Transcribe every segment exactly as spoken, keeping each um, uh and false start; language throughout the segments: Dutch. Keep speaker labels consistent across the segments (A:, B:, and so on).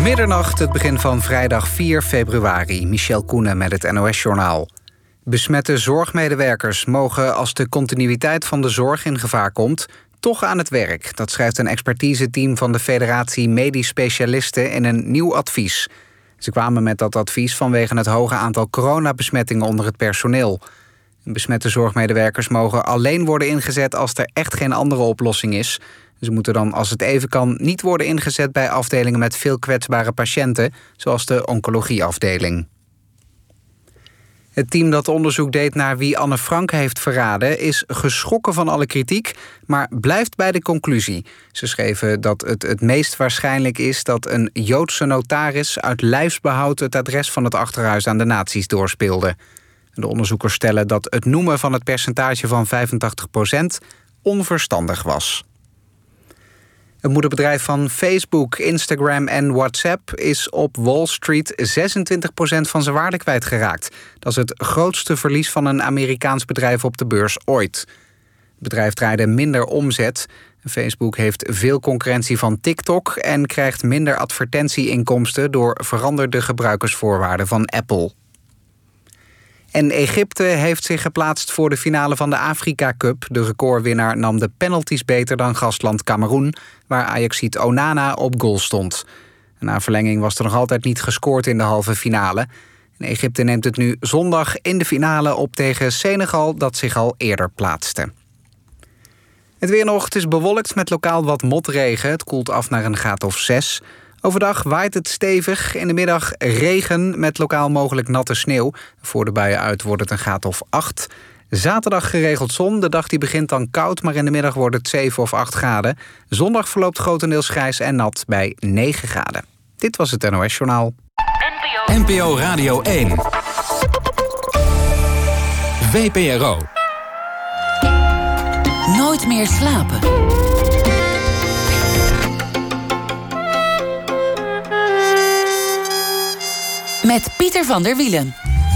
A: Middernacht, het begin van vrijdag vier februari. Michel Koenen met het N O S-journaal. Besmette zorgmedewerkers mogen, als de continuïteit van de zorg in gevaar komt, toch aan het werk. Dat schrijft een expertiseteam van de Federatie Medisch Specialisten in een nieuw advies. Ze kwamen met dat advies vanwege het hoge aantal coronabesmettingen onder het personeel. Besmette zorgmedewerkers mogen alleen worden ingezet als er echt geen andere oplossing is. Ze moeten dan, als het even kan, niet worden ingezet bij afdelingen met veel kwetsbare patiënten, zoals de oncologieafdeling. Het team dat onderzoek deed naar wie Anne Frank heeft verraden is geschrokken van alle kritiek, maar blijft bij de conclusie. Ze schreven dat het het meest waarschijnlijk is dat een Joodse notaris uit lijfsbehoud het adres van het achterhuis aan de nazi's doorspeelde. De onderzoekers stellen dat het noemen van het percentage van vijfentachtig procent onverstandig was. Het moederbedrijf van Facebook, Instagram en WhatsApp is op Wall Street zesentwintig procent van zijn waarde kwijtgeraakt. Dat is het grootste verlies van een Amerikaans bedrijf op de beurs ooit. Het bedrijf draaide minder omzet. Facebook heeft veel concurrentie van TikTok en krijgt minder advertentieinkomsten door veranderde gebruikersvoorwaarden van Apple. En Egypte heeft zich geplaatst voor de finale van de Afrika Cup. De recordwinnaar nam de penalties beter dan gastland Kameroen, waar Ajaxiet Onana op goal stond. Na verlenging was er nog altijd niet gescoord in de halve finale. En Egypte neemt het nu zondag in de finale op tegen Senegal, dat zich al eerder plaatste. Het weer nog, het is bewolkt met lokaal wat motregen. Het koelt af naar een graad of zes. Overdag waait het stevig. In de middag regen met lokaal mogelijk natte sneeuw. Voor de buien uit wordt het een graad of acht. Zaterdag geregeld zon. De dag die begint dan koud, maar in de middag wordt het zeven of acht graden. Zondag verloopt grotendeels grijs en nat bij negen graden. Dit was het N O S-journaal.
B: N P O Radio één. V P R O.
C: Nooit meer slapen. Met Pieter van der Wielen.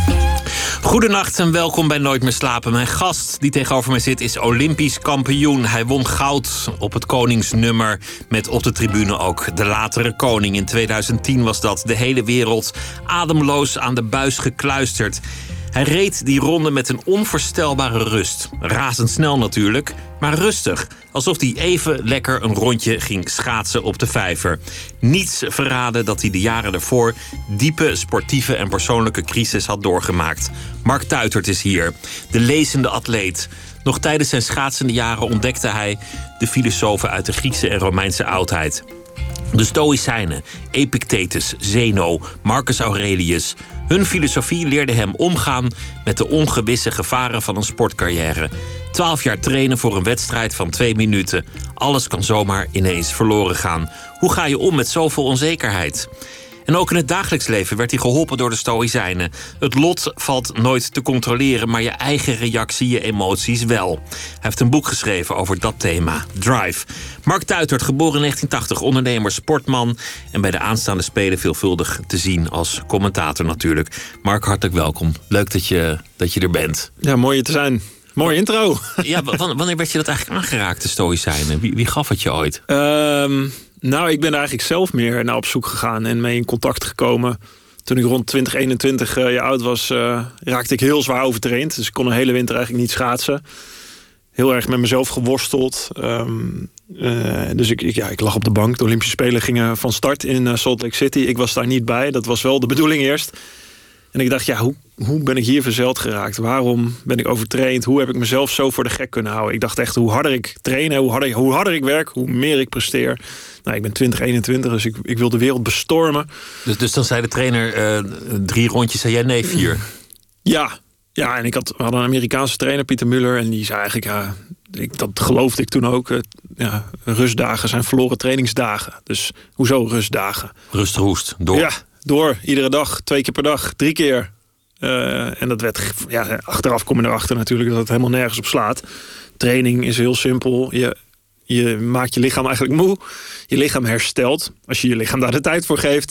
D: Goedenacht en welkom bij Nooit meer slapen. Mijn gast die tegenover mij zit is Olympisch kampioen. Hij won goud op het koningsnummer met op de tribune ook de latere koning. In tweeduizend tien was dat, de hele wereld ademloos aan de buis gekluisterd. Hij reed die ronde met een onvoorstelbare rust. Razendsnel natuurlijk, maar rustig. Alsof hij even lekker een rondje ging schaatsen op de vijver. Niets verraadde dat hij de jaren daarvoor diepe sportieve en persoonlijke crisis had doorgemaakt. Mark Tuitert is hier, de lezende atleet. Nog tijdens zijn schaatsende jaren ontdekte hij de filosofen uit de Griekse en Romeinse oudheid. De Stoïcijnen, Epictetus, Zeno, Marcus Aurelius. Hun filosofie leerde hem omgaan met de ongewisse gevaren van een sportcarrière. Twaalf jaar trainen voor een wedstrijd van twee minuten. Alles kan zomaar ineens verloren gaan. Hoe ga je om met zoveel onzekerheid? En ook in het dagelijks leven werd hij geholpen door de Stoïcijnen. Het lot valt nooit te controleren, maar je eigen reactie, je emoties wel. Hij heeft een boek geschreven over dat thema, Drive. Mark Tuitert, geboren in negentien tachtig, ondernemer, sportman en bij de aanstaande Spelen veelvuldig te zien als commentator natuurlijk. Mark, hartelijk welkom. Leuk dat je, dat je er bent.
E: Ja, mooi je te zijn. Mooie intro.
D: Ja, wanneer werd je dat eigenlijk aangeraakt, de Stoïcijnen? Wie, wie gaf het je ooit?
E: Um, nou, ik ben er eigenlijk zelf meer naar op zoek gegaan en mee in contact gekomen. Toen ik rond twintig, eenentwintig jaar oud was, uh, raakte ik heel zwaar overtraind. Dus ik kon een hele winter eigenlijk niet schaatsen. Heel erg met mezelf geworsteld. Um, uh, dus ik, ik, ja, ik lag op de bank. De Olympische Spelen gingen van start in uh, Salt Lake City. Ik was daar niet bij. Dat was wel de bedoeling eerst. En ik dacht, ja, hoe, hoe ben ik hier verzeild geraakt? Waarom ben ik overtraind? Hoe heb ik mezelf zo voor de gek kunnen houden? Ik dacht echt, hoe harder ik train, hoe harder, hoe harder ik werk, hoe meer ik presteer. Nou, ik ben twintig, eenentwintig, dus ik, ik wil de wereld bestormen.
D: Dus, dus dan zei de trainer uh, drie rondjes en jij nee, vier?
E: Ja, ja, en ik had, we hadden een Amerikaanse trainer, Pieter Muller. En die zei eigenlijk, ja, ik, dat geloofde ik toen ook. Uh, ja, rustdagen zijn verloren trainingsdagen. Dus hoezo rustdagen?
D: Rust, roest, door.
E: Ja, door, iedere dag, twee keer per dag, drie keer. Uh, en dat werd, ja, achteraf kom je erachter natuurlijk dat het helemaal nergens op slaat. Training is heel simpel. Je, je maakt je lichaam eigenlijk moe. Je lichaam herstelt, als je je lichaam daar de tijd voor geeft.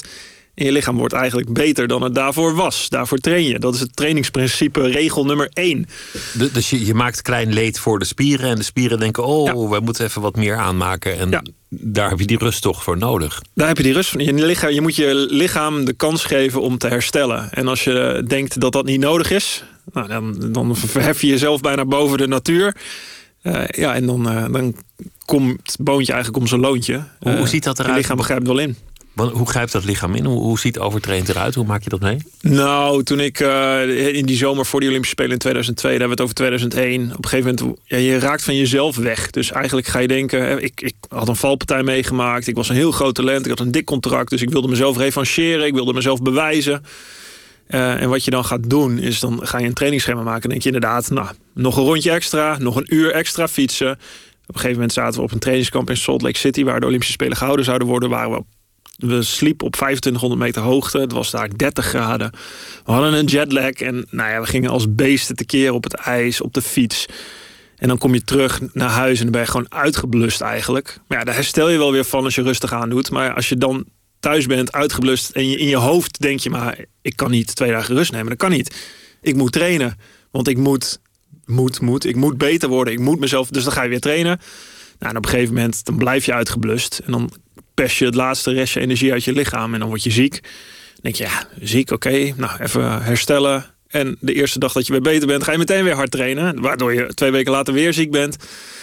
E: En je lichaam wordt eigenlijk beter dan het daarvoor was. Daarvoor train je. Dat is het trainingsprincipe regel nummer één.
D: De, dus je, je maakt klein leed voor de spieren. En de spieren denken, oh, ja. we moeten even wat meer aanmaken. En ja. daar heb je die rust toch voor nodig.
E: Daar heb je die rust van. Je, lichaam, je moet je lichaam de kans geven om te herstellen. En als je denkt dat dat niet nodig is, nou, dan, dan verhef je jezelf bijna boven de natuur. Uh, ja, en dan, uh, dan komt het boontje eigenlijk om zijn loontje.
D: Hoe, hoe ziet dat eruit?
E: Je lichaam begrijpt wel in.
D: Hoe grijpt dat lichaam in? Hoe, hoe ziet overtraind eruit? Hoe maak je dat mee?
E: Nou, toen ik uh, in die zomer voor de Olympische Spelen in tweeduizend twee... daar hebben we het over tweeduizend één. Op een gegeven moment, ja, je raakt van jezelf weg. Dus eigenlijk ga je denken, ik, ik had een valpartij meegemaakt. Ik was een heel groot talent. Ik had een dik contract. Dus ik wilde mezelf revancheren. Ik wilde mezelf bewijzen. Uh, en wat je dan gaat doen, is dan ga je een trainingsschema maken. En denk je inderdaad, nou, nog een rondje extra. Nog een uur extra fietsen. Op een gegeven moment zaten we op een trainingskamp in Salt Lake City, waar de Olympische Spelen gehouden zouden worden. Waren we op We sliepen op vijfentwintighonderd meter hoogte. Het was daar dertig graden. We hadden een jetlag. En nou ja, we gingen als beesten tekeer op het ijs, op de fiets. En dan kom je terug naar huis en dan ben je gewoon uitgeblust eigenlijk. Maar ja, daar herstel je wel weer van als je rustig aan doet. Maar als je dan thuis bent, uitgeblust, en je in je hoofd denk je, maar ik kan niet twee dagen rust nemen. Dat kan niet. Ik moet trainen. Want ik moet, moet, moet. Ik moet beter worden. Ik moet mezelf. Dus dan ga je weer trainen. Nou, en op een gegeven moment dan blijf je uitgeblust. En dan pers je het laatste restje energie uit je lichaam en dan word je ziek. Dan denk je, ja, ziek, oké, okay. Nou, even herstellen. En de eerste dag dat je weer beter bent, ga je meteen weer hard trainen. Waardoor je twee weken later weer ziek bent.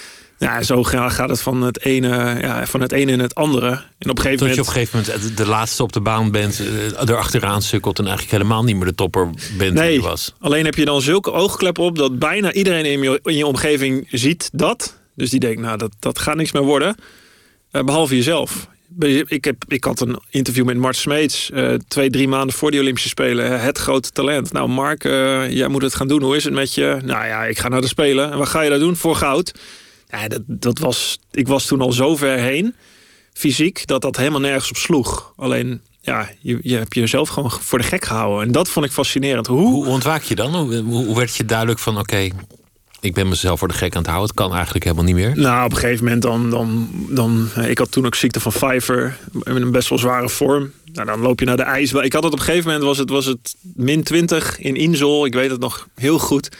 E: Ja, zo gaat het van het ene, ja, van het ene in het andere. En op een gegeven
D: Tot
E: moment,
D: je op een gegeven moment de laatste op de baan bent, erachteraan sukkelt en eigenlijk helemaal niet meer de topper bent
E: nee,
D: die je was.
E: Alleen heb je dan zulke oogkleppen op dat bijna iedereen in je, in je omgeving ziet dat. Dus die denkt, nou, dat, dat gaat niks meer worden. Uh, behalve jezelf. Ik, heb, ik had een interview met Mart Smeets. Uh, twee, drie maanden voor die Olympische Spelen. Het grote talent. Nou, Mark, uh, jij moet het gaan doen. Hoe is het met je? Nou ja, ik ga naar de Spelen. En wat ga je daar doen? Voor goud. Ja, dat, dat was, ik was toen al zo ver heen. Fysiek, dat dat helemaal nergens op sloeg. Alleen, ja, je, je hebt jezelf gewoon voor de gek gehouden. En dat vond ik fascinerend. Hoe,
D: hoe ontwaak je dan? Hoe, hoe werd je duidelijk van, oké, okay, ik ben mezelf voor de gek aan het houden. Het kan eigenlijk helemaal niet meer.
E: Nou, op een gegeven moment dan... dan, dan ik had toen ook ziekte van Pfeiffer. In een best wel zware vorm. Nou, dan loop je naar de ijsbaan. Ik had het op een gegeven moment, was het, was het min twintig in Insel. Ik weet het nog heel goed.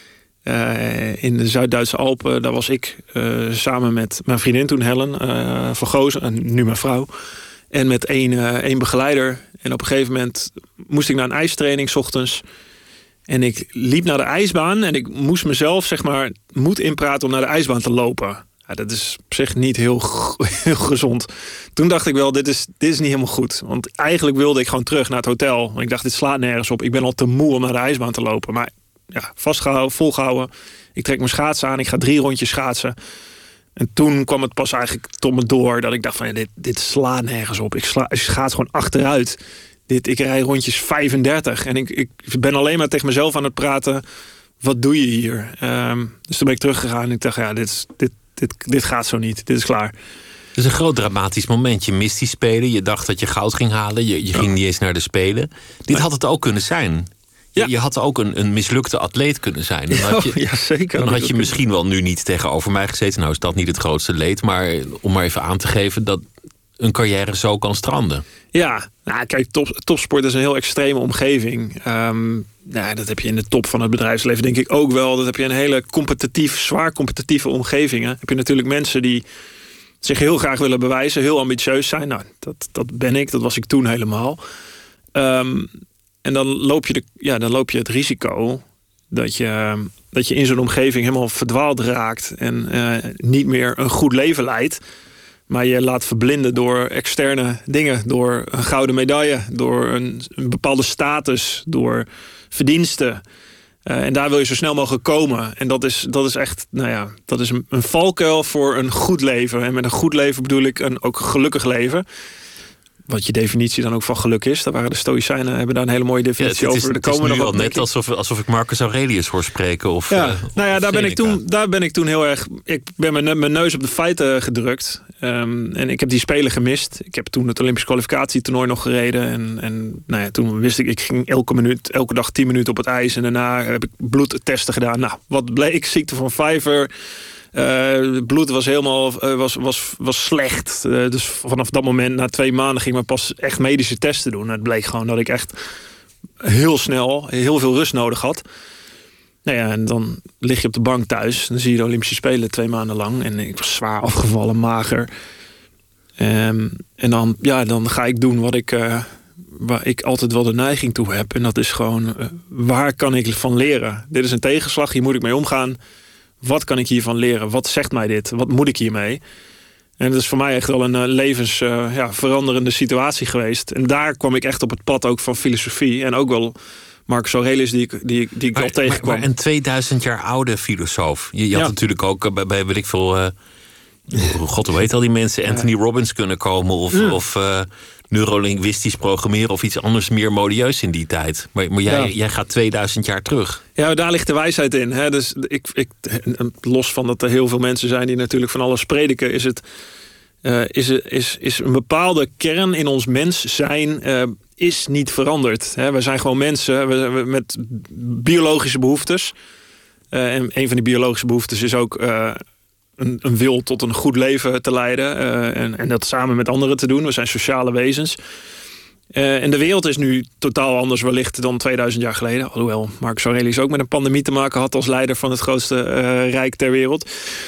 E: Uh, in de Zuid-Duitse Alpen. Daar was ik uh, samen met mijn vriendin toen, Helen uh, van Goosen. Nu mijn vrouw. En met één, uh, één begeleider. En op een gegeven moment moest ik naar een ijstraining 's ochtends. En ik liep naar de ijsbaan en ik moest mezelf, zeg maar, moed inpraten om naar de ijsbaan te lopen. Ja, dat is op zich niet heel, heel gezond. Toen dacht ik wel, dit is, dit is niet helemaal goed. Want eigenlijk wilde ik gewoon terug naar het hotel. Want ik dacht, dit slaat nergens op. Ik ben al te moe om naar de ijsbaan te lopen. Maar ja, vastgehouden, volgehouden. Ik trek mijn schaatsen aan, ik ga drie rondjes schaatsen. En toen kwam het pas eigenlijk tot me door dat ik dacht van, ja, dit, dit slaat nergens op. Ik, sla, ik schaats gewoon achteruit. Dit, ik rij rondjes vijfendertig. En ik, ik ben alleen maar tegen mezelf aan het praten. Wat doe je hier? Um, dus toen ben ik teruggegaan en ik dacht, ja, dit, dit, dit, dit gaat zo niet. Dit is klaar.
D: Het is een groot dramatisch moment. Je mist die Spelen. Je dacht dat je goud ging halen. Je, je ging oh. niet eens naar de Spelen. Dit had het ook kunnen zijn. Ja. Je had ook een, een mislukte atleet kunnen zijn. Dan had je,
E: oh, ja, zeker.
D: Dan had je misschien wel nu niet tegenover mij gezeten. Nou is dat niet het grootste leed. Maar om maar even aan te geven dat een carrière zo kan stranden.
E: Ja, nou, kijk, top, topsport is een heel extreme omgeving. Um, nou, dat heb je in de top van het bedrijfsleven denk ik ook wel. Dat heb je een hele competitief, zwaar competitieve omgeving. Hè. Heb je natuurlijk mensen die zich heel graag willen bewijzen. Heel ambitieus zijn. Nou, dat, dat ben ik. Dat was ik toen helemaal. Um, en dan loop, je de, ja, dan loop je het risico dat je, dat je in zo'n omgeving helemaal verdwaald raakt. En uh, niet meer een goed leven leidt. Maar je laat verblinden door externe dingen. Door een gouden medaille. Door een, een bepaalde status. Door verdiensten. Uh, en daar wil je zo snel mogelijk komen. En dat is, dat is echt, nou ja, dat is een, een valkuil voor een goed leven. En met een goed leven bedoel ik een ook gelukkig leven. Wat je definitie dan ook van geluk is. Daar waren de Stoïcijnen hebben daar een hele mooie definitie
D: ja, het is,
E: over.
D: Het is, het is nu al net alsof, alsof ik Marcus Aurelius hoor spreken. Of,
E: ja,
D: uh,
E: nou ja,
D: of
E: daar ben, ik toen, daar ben ik toen heel erg... Ik ben mijn, mijn neus op de feiten gedrukt. Um, en ik heb die Spelen gemist. Ik heb toen het Olympisch kwalificatietoernooi nog gereden. En, en nou ja, toen wist ik, ik ging elke minuut, elke dag tien minuten op het ijs. En daarna heb ik bloedtesten gedaan. Nou, wat bleek? Ziekte van Pfeiffer. Uh, het bloed was helemaal uh, was, was, was slecht. Uh, dus vanaf dat moment, na twee maanden, ging ik maar pas echt medische testen doen. En het bleek gewoon dat ik echt heel snel heel veel rust nodig had. Nou ja, en dan lig je op de bank thuis. Dan zie je de Olympische Spelen twee maanden lang. En ik was zwaar afgevallen, mager. Um, en dan, ja, dan ga ik doen wat ik, uh, waar ik altijd wel de neiging toe heb. En dat is gewoon, uh, waar kan ik van leren? Dit is een tegenslag, hier moet ik mee omgaan. Wat kan ik hiervan leren? Wat zegt mij dit? Wat moet ik hiermee? En dat is voor mij echt wel een uh, levensveranderende uh, ja, situatie geweest. En daar kwam ik echt op het pad ook van filosofie. En ook wel Marcus Aurelius, die ik, die, die ik
D: maar,
E: al tegenkwam.
D: Maar, maar een tweeduizend jaar oude filosoof. Je, je had
E: ja.
D: natuurlijk ook uh, bij, bij weet ik veel... Uh, God, hoe heet al die mensen? Anthony Robbins kunnen komen. Of, mm. of uh, neurolinguistisch programmeren. Of iets anders meer modieus in die tijd. Maar, maar jij, ja. jij gaat tweeduizend jaar terug.
E: Ja, daar ligt de wijsheid in. Hè? Dus ik, ik, los van dat er heel veel mensen zijn die natuurlijk van alles prediken, is het uh, is, is, is een bepaalde kern in ons mens zijn uh, is niet veranderd. Hè? We zijn gewoon mensen we, we, met biologische behoeftes. Uh, en een van die biologische behoeftes is ook Uh, Een, een wil tot een goed leven te leiden. Uh, en, en dat samen met anderen te doen. We zijn sociale wezens. Uh, en de wereld is nu totaal anders wellicht dan tweeduizend jaar geleden. Alhoewel Marcus Aurelius ook met een pandemie te maken had als leider van het grootste uh, rijk ter wereld.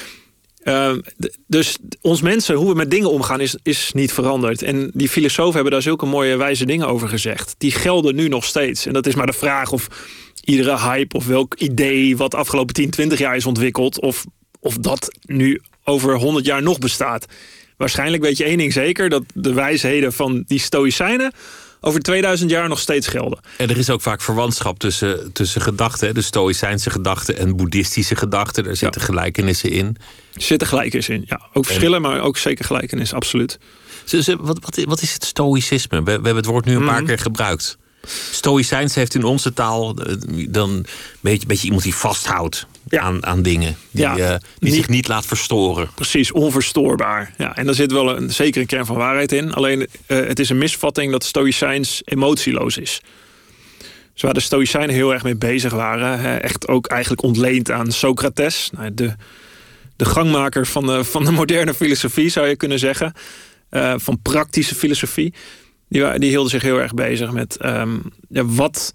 E: Uh, d- dus ons mensen, hoe we met dingen omgaan, is, is niet veranderd. En die filosofen hebben daar zulke mooie wijze dingen over gezegd. Die gelden nu nog steeds. En dat is maar de vraag of iedere hype of welk idee wat de afgelopen tien, twintig jaar is ontwikkeld, of Of dat nu over honderd jaar nog bestaat. Waarschijnlijk weet je één ding zeker, dat de wijsheden van die stoïcijnen over tweeduizend jaar nog steeds gelden.
D: En er is ook vaak verwantschap tussen, tussen gedachten. De stoïcijnse gedachten en boeddhistische gedachten. Daar zitten ja. gelijkenissen in.
E: Er zitten gelijkenissen in, ja. Ook verschillen, en maar ook zeker gelijkenissen, absoluut.
D: Dus, wat, wat, wat is het stoïcisme? We, we hebben het woord nu een mm-hmm. paar keer gebruikt. Stoïcijns heeft in onze taal dan een beetje, beetje iemand die vasthoudt ja. aan, aan dingen. Die, ja, uh, die niet, zich niet laat verstoren.
E: Precies, onverstoorbaar. Ja, en daar zit wel een, zeker een kern van waarheid in. Alleen uh, het is een misvatting dat stoïcijns emotieloos is. Dus waar de stoïcijnen heel erg mee bezig waren, hè, echt ook eigenlijk ontleend aan Socrates. Nou, de, de gangmaker van de, van de moderne filosofie zou je kunnen zeggen. Uh, van praktische filosofie. Die, die hielden zich heel erg bezig met um, ja, wat,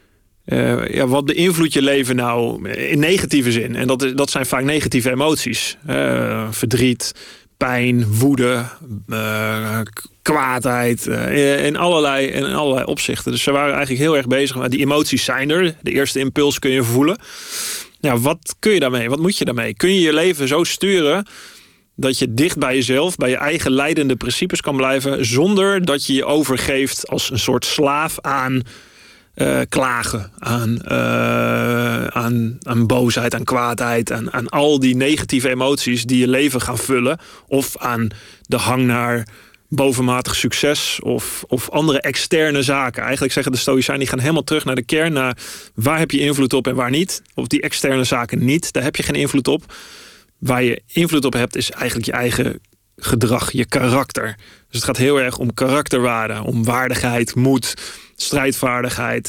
E: uh, ja, wat beïnvloedt je leven nou in negatieve zin. En dat, is, dat zijn vaak negatieve emoties. Uh, verdriet, pijn, woede, uh, kwaadheid. Uh, in, allerlei, in allerlei opzichten. Dus ze waren eigenlijk heel erg bezig met die emoties zijn er. De eerste impuls kun je voelen. Ja, wat kun je daarmee? Wat moet je daarmee? Kun je je leven zo sturen dat je dicht bij jezelf, bij je eigen leidende principes kan blijven, zonder dat je je overgeeft als een soort slaaf aan uh, klagen, aan, uh, aan, aan boosheid, aan kwaadheid, aan, aan al die negatieve emoties die je leven gaan vullen, of aan de hang naar bovenmatig succes of, of andere externe zaken. Eigenlijk zeggen de stoïcijnen, die gaan helemaal terug naar de kern, naar waar heb je invloed op en waar niet. Op die externe zaken niet, daar heb je geen invloed op. Waar je invloed op hebt is eigenlijk je eigen gedrag, je karakter. Dus het gaat heel erg om karakterwaarden, om waardigheid, moed, strijdvaardigheid,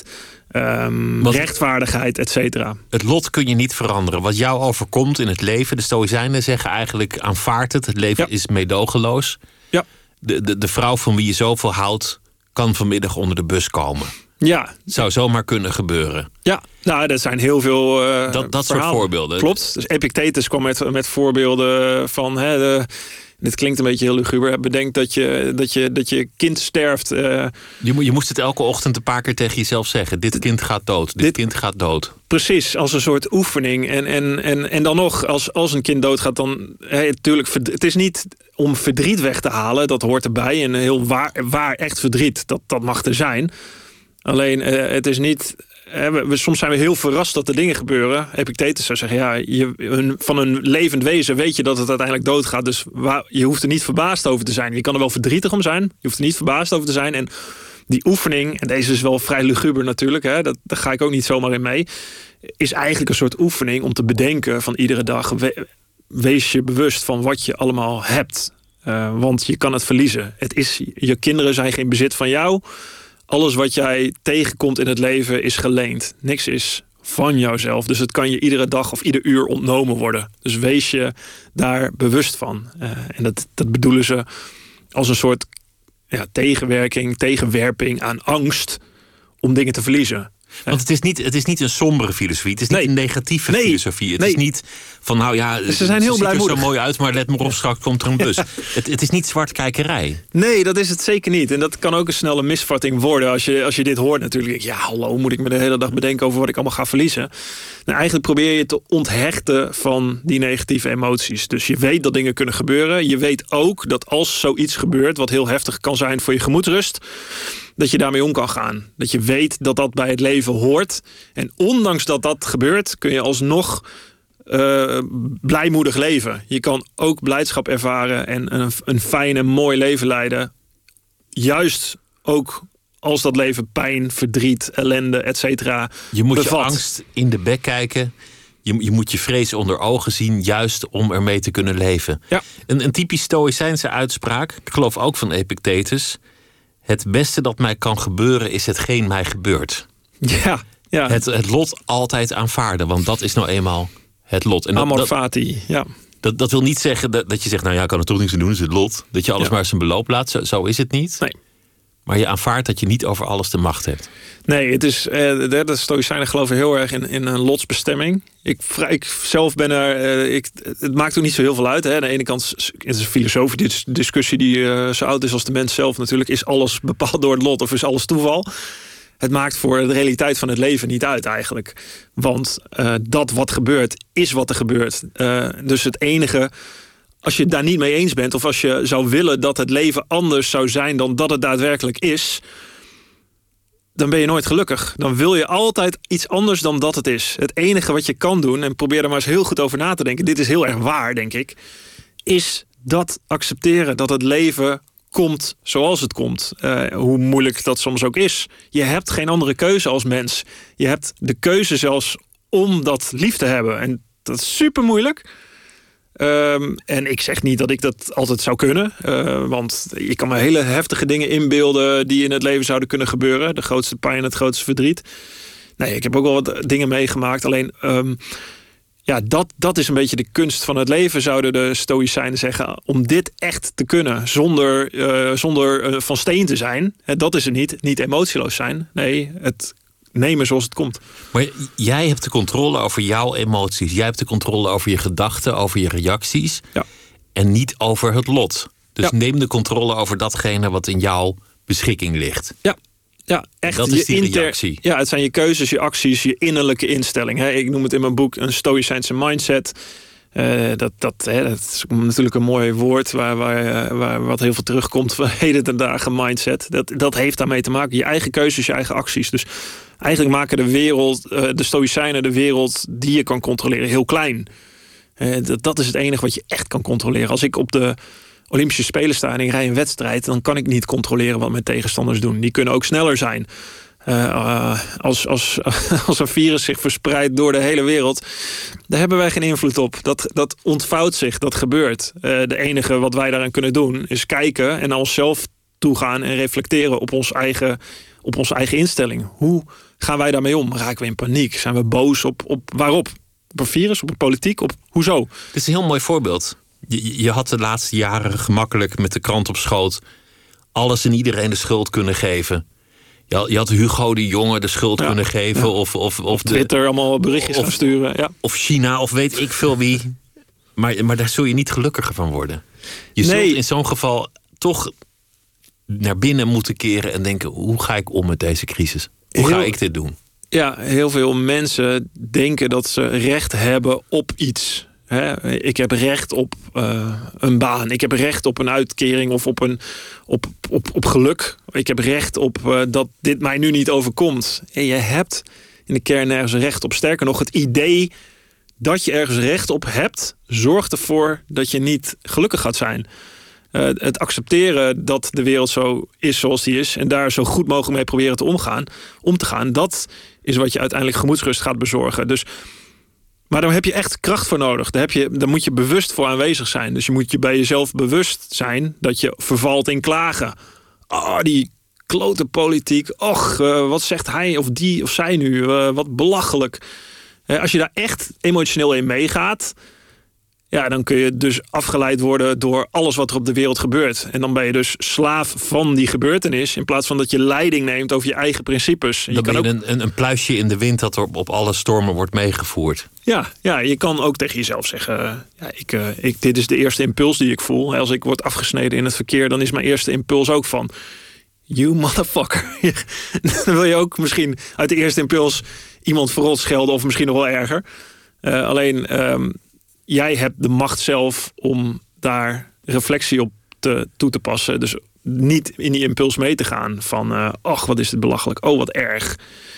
E: um, rechtvaardigheid, et cetera.
D: Het lot kun je niet veranderen. Wat jou overkomt in het leven, de stoïcijnen zeggen eigenlijk aanvaard het. Het leven ja. is meedogenloos. Ja. De, de, de vrouw van wie je zoveel houdt kan vanmiddag onder de bus komen. Ja. Zou zomaar kunnen gebeuren.
E: Ja, nou, dat zijn heel veel uh,
D: Dat, dat soort voorbeelden.
E: Klopt. Dus Epictetus kwam met, met voorbeelden van Hè, de, dit klinkt een beetje heel luguber. Bedenk dat je, dat je, dat je kind sterft. Uh,
D: je, je moest het elke ochtend een paar keer tegen jezelf zeggen. Dit kind gaat dood. Dit, dit kind gaat dood.
E: Precies, als een soort oefening. En, en, en, en dan nog, als, als een kind doodgaat, dan hey, natuurlijk, het is niet om verdriet weg te halen. Dat hoort erbij. En heel waar, waar echt verdriet, dat, dat mag er zijn. Alleen, uh, het is niet. Uh, we, soms zijn we heel verrast dat er dingen gebeuren. Epictetus zou zeggen, ja, je, een, van een levend wezen weet je dat het uiteindelijk doodgaat. Dus waar, je hoeft er niet verbaasd over te zijn. Je kan er wel verdrietig om zijn. Je hoeft er niet verbaasd over te zijn. En die oefening, en deze is wel vrij luguber natuurlijk, hè, dat, daar ga ik ook niet zomaar in mee, is eigenlijk een soort oefening om te bedenken van iedere dag. We, wees je bewust van wat je allemaal hebt. Uh, want je kan het verliezen. Het is, je kinderen zijn geen bezit van jou. Alles wat jij tegenkomt in het leven is geleend. Niks is van jouzelf. Dus het kan je iedere dag of ieder uur ontnomen worden. Dus wees je daar bewust van. Uh, en dat, dat bedoelen ze als een soort ja, tegenwerking, tegenwerping aan angst om dingen te verliezen.
D: Want het is niet, het is niet een sombere filosofie. Het is niet
E: nee.
D: een negatieve
E: nee.
D: filosofie. Het
E: nee.
D: is niet van, nou ja,
E: dus ze zijn heel
D: het ziet er
E: blijmoedig.
D: zo mooi uit, maar let maar op, straks komt er een bus. Ja. Het, het is niet zwartkijkerij.
E: Nee, dat is het zeker niet. En dat kan ook een snelle misvatting worden. Als je, als je dit hoort natuurlijk. Ja, hallo, moet ik me de hele dag bedenken over wat ik allemaal ga verliezen? Nou, eigenlijk probeer je te onthechten van die negatieve emoties. Dus je weet dat dingen kunnen gebeuren. Je weet ook dat als zoiets gebeurt, wat heel heftig kan zijn voor je gemoedsrust, dat je daarmee om kan gaan. Dat je weet dat dat bij het leven hoort. En ondanks dat dat gebeurt, kun je alsnog uh, blijmoedig leven. Je kan ook blijdschap ervaren en een, een fijn en mooi leven leiden. Juist ook als dat leven pijn, verdriet, ellende, et cetera
D: Je moet
E: bevat.
D: je angst in de bek kijken. Je, je moet je vrees onder ogen zien, juist om ermee te kunnen leven.
E: Ja.
D: Een, een typisch Stoïcijnse uitspraak, ik geloof ook van Epictetus: het beste dat mij kan gebeuren is hetgeen mij gebeurt.
E: Ja, ja.
D: Het, het lot altijd aanvaarden, want dat is nou eenmaal het lot. En dat,
E: Amor
D: dat,
E: fati, ja.
D: dat, dat wil niet zeggen dat, dat je zegt, nou ja, ik kan er toch niks aan doen, is het lot. Dat je alles
E: Ja.
D: maar zijn beloop laat, zo, zo is het niet.
E: Nee.
D: Maar je aanvaardt dat je niet over alles de macht hebt.
E: Nee, het is, eh, de, de Stoïcijnen geloven heel erg in, in een lotsbestemming. Ik, ik zelf ben er, eh, ik, het maakt ook niet zo heel veel uit. Hè. Aan de ene kant het is een filosofische discussie die uh, zo oud is als de mens zelf natuurlijk. Is alles bepaald door het lot of is alles toeval? Het maakt voor de realiteit van het leven niet uit eigenlijk. Want uh, dat wat gebeurt, is wat er gebeurt. Uh, dus het enige, als je het daar niet mee eens bent, of als je zou willen dat het leven anders zou zijn dan dat het daadwerkelijk is, dan ben je nooit gelukkig. Dan wil je altijd iets anders dan dat het is. Het enige wat je kan doen, en probeer er maar eens heel goed over na te denken, dit is heel erg waar, denk ik, is dat accepteren dat het leven komt zoals het komt. Uh, hoe moeilijk dat soms ook is. Je hebt geen andere keuze als mens. Je hebt de keuze zelfs om dat lief te hebben. En dat is super moeilijk. Um, en ik zeg niet dat ik dat altijd zou kunnen. Uh, want je kan me hele heftige dingen inbeelden die in het leven zouden kunnen gebeuren. De grootste pijn, het grootste verdriet. Nee, ik heb ook wel wat dingen meegemaakt. Alleen, um, ja, dat, dat is een beetje de kunst van het leven, zouden de Stoïcijnen zeggen. Om dit echt te kunnen, zonder, uh, zonder uh, van steen te zijn. Hè, dat is het niet. Niet emotieloos zijn. Nee, het nemen zoals het komt.
D: Maar jij hebt de controle over jouw emoties. Jij hebt de controle over je gedachten, over je reacties.
E: Ja.
D: En niet over het lot. Dus
E: Ja.
D: neem de controle over datgene wat in jouw beschikking ligt.
E: Ja. Ja, echt.
D: Dat is
E: je
D: die
E: inter-
D: reactie.
E: Ja, het zijn je keuzes, je acties, je innerlijke instelling. Hè. Ik noem het in mijn boek een Stoïcijnse mindset. Uh, dat, dat, hè, dat is natuurlijk een mooi woord waar, waar, waar wat heel veel terugkomt van heden ten dagen mindset. Dat, dat heeft daarmee te maken. Je eigen keuzes, je eigen acties. Dus eigenlijk maken de wereld, uh, de Stoïcijnen de wereld die je kan controleren heel klein. Uh, dat, dat is het enige wat je echt kan controleren. Als ik op de Olympische Spelen sta en ik rij een wedstrijd, dan kan ik niet controleren wat mijn tegenstanders doen. Die kunnen ook sneller zijn. Uh, uh, als, als, als een virus zich verspreidt door de hele wereld, daar hebben wij geen invloed op. Dat, dat ontvouwt zich, dat gebeurt. Uh, de enige wat wij daaraan kunnen doen is kijken en naar onszelf toegaan en reflecteren op, ons eigen, op onze eigen instelling. Hoe gaan wij daarmee om? Raken we in paniek? Zijn we boos op, op waarop? Op een virus, op een politiek? Op hoezo?
D: Dit is een heel mooi voorbeeld. Je, je had de laatste jaren gemakkelijk met de krant op schoot alles en iedereen de schuld kunnen geven. Je had, je had Hugo de Jonge de schuld
E: Ja,
D: kunnen geven.
E: ja.
D: Of, of, of de,
E: Twitter, allemaal berichtjes
D: of-
E: gaan sturen. Ja.
D: of China, of weet ik veel wie. Maar, maar daar zul je niet gelukkiger van worden. Je
E: Nee.
D: zult in zo'n geval toch naar binnen moeten keren en denken, hoe ga ik om met deze crisis? Hoe ga
E: Heel-
D: ik dit doen?
E: Ja, heel veel mensen denken dat ze recht hebben op iets. Hè? Ik heb recht op uh, een baan. Ik heb recht op een uitkering of op, een, op, op, op geluk. Ik heb recht op uh, dat dit mij nu niet overkomt. En je hebt in de kern nergens recht op. Sterker nog, het idee dat je ergens recht op hebt, zorgt ervoor dat je niet gelukkig gaat zijn. Uh, het accepteren dat de wereld zo is zoals die is en daar zo goed mogelijk mee proberen te omgaan, om te gaan, dat is wat je uiteindelijk gemoedsrust gaat bezorgen. Dus, maar daar heb je echt kracht voor nodig. Daar, heb je, daar moet je bewust voor aanwezig zijn. Dus je moet je bij jezelf bewust zijn dat je vervalt in klagen. Oh, die klote politiek. Och, uh, wat zegt hij of die of zij nu? Uh, wat belachelijk. Uh, als je daar echt emotioneel in meegaat, ja, dan kun je dus afgeleid worden door alles wat er op de wereld gebeurt. En dan ben je dus slaaf van die gebeurtenis, in plaats van dat je leiding neemt over je eigen principes.
D: Dan
E: je
D: ben
E: kan
D: je
E: ook...
D: een, een, een pluisje in de wind dat er op alle stormen wordt meegevoerd.
E: Ja, ja, je kan ook tegen jezelf zeggen, uh, ja, ik, uh, ik, dit is de eerste impuls die ik voel. Als ik word afgesneden in het verkeer, dan is mijn eerste impuls ook van, you motherfucker. Dan wil je ook misschien uit de eerste impuls iemand verrot schelden, of misschien nog wel erger. Uh, alleen, um, jij hebt de macht zelf om daar reflectie op te, toe te passen. Dus niet in die impuls mee te gaan van, uh, ach, wat is dit belachelijk. Oh, wat erg.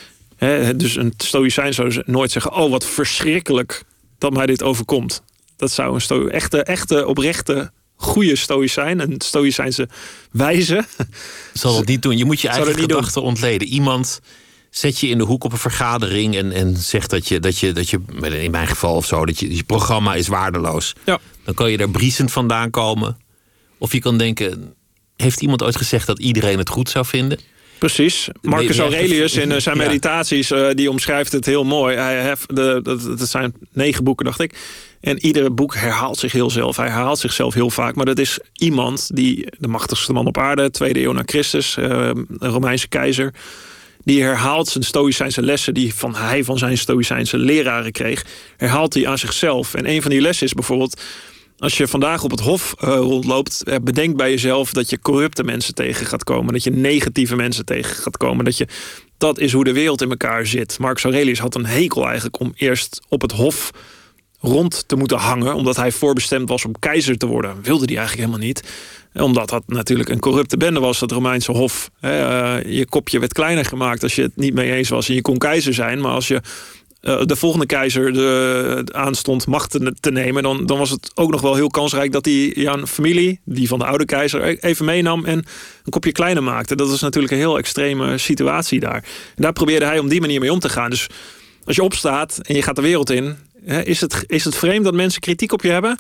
E: He, dus een stoïcijn zou nooit zeggen, oh, wat verschrikkelijk dat mij dit overkomt. Dat zou een sto- echte, echte, oprechte, goede stoïcijn, een stoïcijnse wijze.
D: Zal dat niet doen. Je moet je eigen gedachten
E: doen.
D: ontleden. Iemand zet je in de hoek op een vergadering en, en zegt dat je, dat je, dat je, in mijn geval of zo, dat je, je programma is waardeloos.
E: Ja.
D: Dan kan je daar briesend vandaan komen. Of je kan denken, heeft iemand ooit gezegd dat iedereen het goed zou vinden?
E: Precies. Marcus Aurelius in uh, zijn meditaties, uh, die omschrijft het heel mooi. Hij heeft de, dat, dat zijn negen boeken, dacht ik. En iedere boek herhaalt zich heel zelf. Hij herhaalt zichzelf heel vaak. Maar dat is iemand die, de machtigste man op aarde, tweede eeuw na Christus, uh, een Romeinse keizer, die herhaalt zijn stoïcijnse lessen die van hij van zijn stoïcijnse leraren kreeg, herhaalt hij aan zichzelf. En een van die lessen is bijvoorbeeld, als je vandaag op het hof uh, rondloopt, uh, bedenk bij jezelf dat je corrupte mensen tegen gaat komen, dat je negatieve mensen tegen gaat komen, dat je, dat is hoe de wereld in elkaar zit. Marcus Aurelius had een hekel eigenlijk om eerst op het hof rond te moeten hangen, omdat hij voorbestemd was om keizer te worden. Wilde hij eigenlijk helemaal niet. Omdat dat natuurlijk een corrupte bende was, dat Romeinse hof. Uh, je kopje werd kleiner gemaakt als je het niet mee eens was en je kon keizer zijn. Maar als je uh, de volgende keizer de, de aanstond macht te, te nemen, dan, dan was het ook nog wel heel kansrijk dat hij jouw familie, die van de oude keizer, even meenam en een kopje kleiner maakte. Dat is natuurlijk een heel extreme situatie daar. En daar probeerde hij op die manier mee om te gaan. Dus als je opstaat en je gaat de wereld in, hè, is het, is het vreemd dat mensen kritiek op je hebben?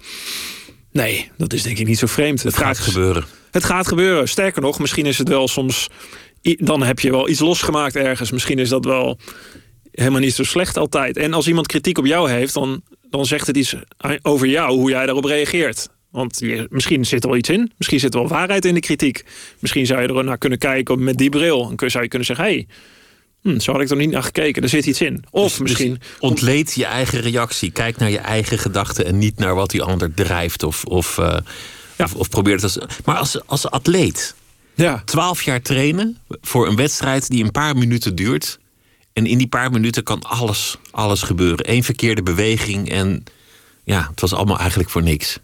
E: Nee, dat is denk ik niet zo vreemd.
D: Het gaat gebeuren.
E: Het gaat gebeuren. Sterker nog, misschien is het wel soms, dan heb je wel iets losgemaakt ergens. Misschien is dat wel helemaal niet zo slecht altijd. En als iemand kritiek op jou heeft, dan, dan zegt het iets over jou, hoe jij daarop reageert. Want je, misschien zit er wel iets in. Misschien zit er wel waarheid in de kritiek. Misschien zou je er naar kunnen kijken met die bril. En zou je kunnen zeggen, hé, hey, hm, zo had ik er niet naar gekeken. Er zit iets in. Of
D: dus,
E: misschien
D: dus ontleed je eigen reactie. Kijk naar je eigen gedachten en niet naar wat die ander drijft of, of, uh, ja. of, of probeert als. Maar als, als atleet,
E: ja. twaalf
D: jaar trainen voor een wedstrijd die een paar minuten duurt. En in die paar minuten kan alles, alles gebeuren. Eén verkeerde beweging en ja, het was allemaal eigenlijk voor niks.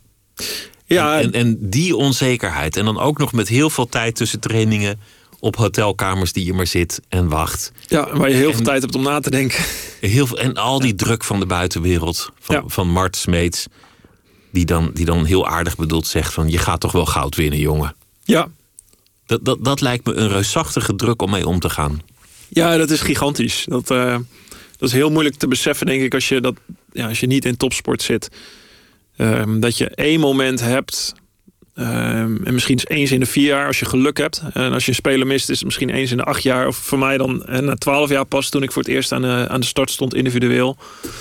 E: Ja,
D: en, en, en die onzekerheid. En dan ook nog met heel veel tijd tussen trainingen op hotelkamers die je maar zit en wacht.
E: Ja, waar je heel
D: en,
E: veel tijd hebt om na te denken.
D: Heel veel, en al die ja. druk van de buitenwereld. Van, ja. van Mart Smeets. Die dan, die dan heel aardig bedoeld zegt van, je gaat toch wel goud winnen, jongen.
E: Ja.
D: Dat, dat, dat lijkt me een reusachtige druk om mee om te gaan.
E: Ja, dat is gigantisch. Dat, uh, dat is heel moeilijk te beseffen, denk ik, als je, dat, ja, als je niet in topsport zit. Um, dat je één moment hebt, um, en misschien eens in de vier jaar als je geluk hebt. En als je een speler mist, is het misschien eens in de acht jaar. Of voor mij dan en na twaalf jaar pas, toen ik voor het eerst aan de, aan de start stond individueel.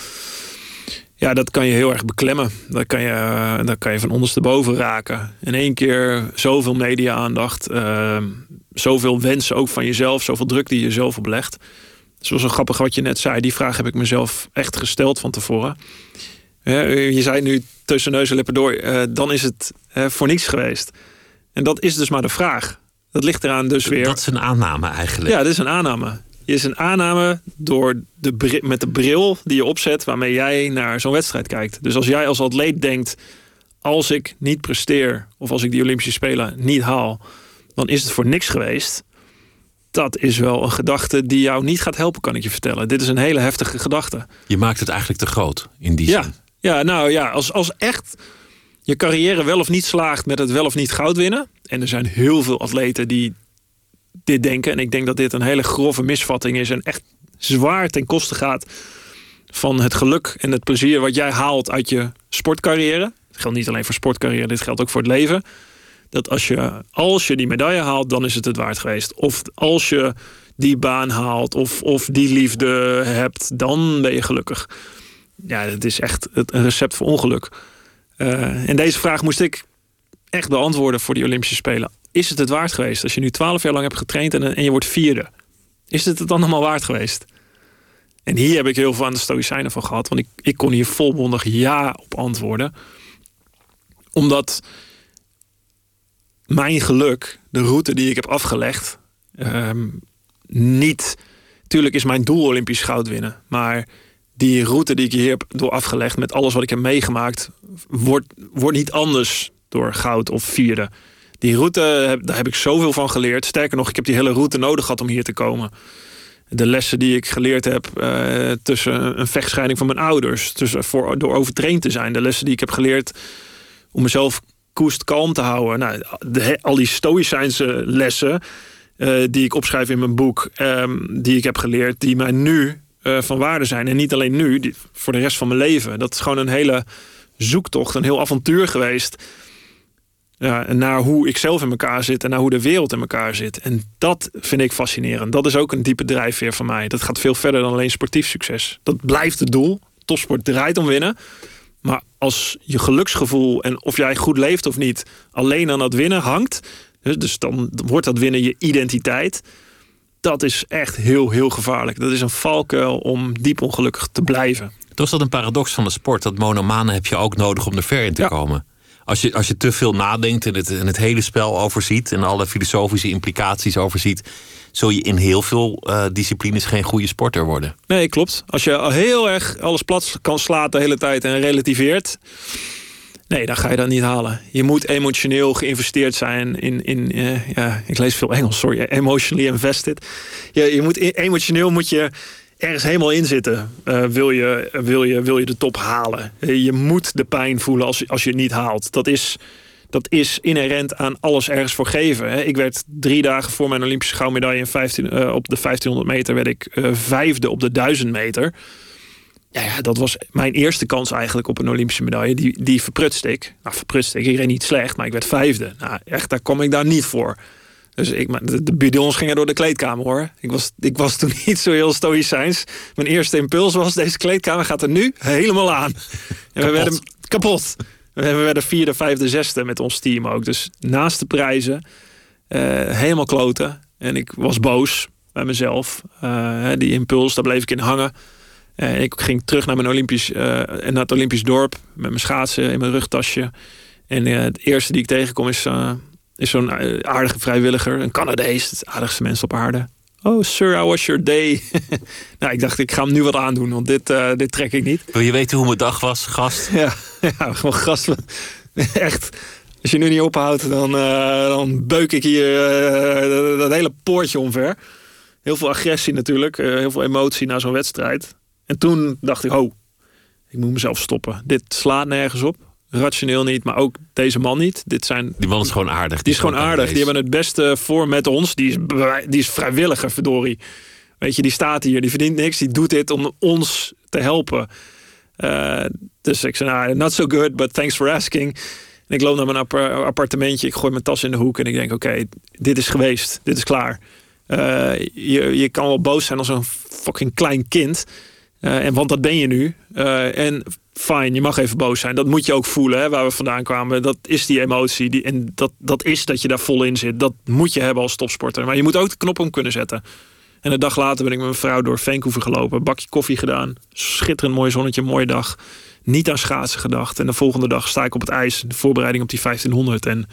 E: Ja, dat kan je heel erg beklemmen. Dat kan je, uh, dat kan je van ondersteboven raken. In één keer zoveel media-aandacht. Uh, zoveel wensen ook van jezelf. Zoveel druk die je zelf oplegt. Het was zo grappig wat je net zei. Die vraag heb ik mezelf echt gesteld van tevoren. Uh, je zei nu tussen neus en lippen door. Uh, dan is het uh, voor niks geweest. En dat is dus maar de vraag. Dat ligt eraan dus weer.
D: Dat is een aanname eigenlijk.
E: Ja, dat is een aanname. Je is een aanname door de bril, met de bril die je opzet waarmee jij naar zo'n wedstrijd kijkt. Dus als jij als atleet denkt, als ik niet presteer of als ik die Olympische Spelen niet haal, dan is het voor niks geweest. Dat is wel een gedachte die jou niet gaat helpen, kan ik je vertellen. Dit is een hele heftige gedachte.
D: Je maakt het eigenlijk te groot in die
E: ja.
D: zin.
E: Ja, nou ja, als, als echt je carrière wel of niet slaagt met het wel of niet goud winnen. En er zijn heel veel atleten die dit denken. En ik denk dat dit een hele grove misvatting is en echt zwaar ten koste gaat van het geluk en het plezier wat jij haalt uit je sportcarrière. Het geldt niet alleen voor sportcarrière, dit geldt ook voor het leven. dat als je, als je die medaille haalt, dan is het het waard geweest. Of als je die baan haalt of, of die liefde hebt, dan ben je gelukkig. Ja, het is echt een recept voor ongeluk. Uh, en deze vraag moest ik echt beantwoorden voor die Olympische Spelen. Is het het waard geweest? Als je nu twaalf jaar lang hebt getraind en, en je wordt vierde. Is het het dan allemaal waard geweest? En hier heb ik heel veel aan de Stoïcijnen van gehad. Want ik, ik kon hier volmondig ja op antwoorden. Omdat mijn geluk, de route die ik heb afgelegd, um, niet... Tuurlijk is mijn doel Olympisch goud winnen. Maar die route die ik hier heb door afgelegd, met alles wat ik heb meegemaakt, wordt, wordt niet anders door goud of vierde. Die route, daar heb ik zoveel van geleerd. Sterker nog, ik heb die hele route nodig gehad om hier te komen. De lessen die ik geleerd heb uh, tussen een vechtscheiding van mijn ouders, tussen, voor, door overtraind te zijn. De lessen die ik heb geleerd om mezelf koest kalm te houden. Nou, de, al die stoïcijnse lessen uh, die ik opschrijf in mijn boek, um, die ik heb geleerd, die mij nu uh, van waarde zijn. En niet alleen nu, die, voor de rest van mijn leven. Dat is gewoon een hele zoektocht, een heel avontuur geweest. Ja, naar hoe ik zelf in elkaar zit en naar hoe de wereld in elkaar zit. En dat vind ik fascinerend. Dat is ook een diepe drijfveer van mij. Dat gaat veel verder dan alleen sportief succes. Dat blijft het doel. Topsport draait om winnen. Maar als je geluksgevoel en of jij goed leeft of niet alleen aan dat winnen hangt, dus dan wordt dat winnen je identiteit. Dat is echt heel, heel gevaarlijk. Dat is een valkuil om diep ongelukkig te blijven.
D: Toch is dat een paradox van de sport. Dat monomanen heb je ook nodig om er ver in te ja. komen. Als je, als je te veel nadenkt en het, en het hele spel overziet en alle filosofische implicaties overziet, zul je in heel veel uh, disciplines geen goede sporter worden.
E: Nee, klopt. Als je al heel erg alles plat kan slaan de hele tijd en relativeert, nee, dan ga je dat niet halen. Je moet emotioneel geïnvesteerd zijn in, in uh, ja, ik lees veel Engels, sorry, emotionally invested. Je, je moet, emotioneel moet je ergens helemaal in zitten. Uh, wil, je, wil, je, wil je de top halen. Je moet de pijn voelen als, als je het niet haalt. Dat is, dat is inherent aan alles ergens voor geven. Hè. Ik werd drie dagen voor mijn Olympische goudmedaille in vijftien, uh, op de vijftienhonderd meter werd ik uh, vijfde op de duizend meter. Ja, ja, dat was mijn eerste kans eigenlijk op een Olympische medaille. Die, die verprutste ik. Nou, verprutste ik. Ik reed niet slecht, maar ik werd vijfde. Nou, echt, daar kwam ik daar niet voor. Dus ik, de, de bidons gingen door de kleedkamer, hoor. Ik was, ik was toen niet zo heel stoïcijns. Mijn eerste impuls was, deze kleedkamer gaat er nu helemaal aan. En we werden kapot. We werden vierde, vijfde, zesde met ons team ook. Dus naast de prijzen, uh, helemaal kloten. En ik was boos bij mezelf. Uh, die impuls, daar bleef ik in hangen. Uh, ik ging terug naar mijn Olympisch, uh, naar het Olympisch dorp met mijn schaatsen in mijn rugtasje. En uh, het eerste die ik tegenkom is Uh, is zo'n aardige vrijwilliger, een Canadees, het aardigste mens op aarde. Oh, sir, how was your day? Nou, ik dacht, ik ga hem nu wat aandoen, want dit, uh, dit trek ik niet.
D: Wil je weten hoe mijn dag was, gast?
E: Ja, ja gewoon gast. Echt, als je nu niet ophoudt, dan, uh, dan beuk ik hier uh, dat hele poortje omver. Heel veel agressie natuurlijk, uh, heel veel emotie na zo'n wedstrijd. En toen dacht ik, oh, ik moet mezelf stoppen. Dit slaat nergens op. Rationeel niet, maar ook deze man niet. Dit zijn,
D: die man is gewoon aardig.
E: Die, die is gewoon aardig. Die hebben het beste voor met ons. Die is, die is vrijwilliger, verdorie. Weet je, die staat hier. Die verdient niks. Die doet dit om ons te helpen. Uh, dus ik zei, nou, not so good, but thanks for asking. En ik loop naar mijn appartementje. Ik gooi mijn tas in de hoek. En ik denk, oké, okay, dit is geweest. Dit is klaar. Uh, je, je kan wel boos zijn als een fucking klein kind. Uh, en want dat ben je nu. Uh, en fijn, je mag even boos zijn. Dat moet je ook voelen, hè, waar we vandaan kwamen. Dat is die emotie. Die, en dat, dat is dat je daar vol in zit. Dat moet je hebben als topsporter. Maar je moet ook de knop om kunnen zetten. En een dag later ben ik met mijn vrouw door Vancouver gelopen. Een bakje koffie gedaan. Schitterend mooi zonnetje, mooie dag. Niet aan schaatsen gedacht. En de volgende dag sta ik op het ijs. De voorbereiding op die vijftienhonderd. En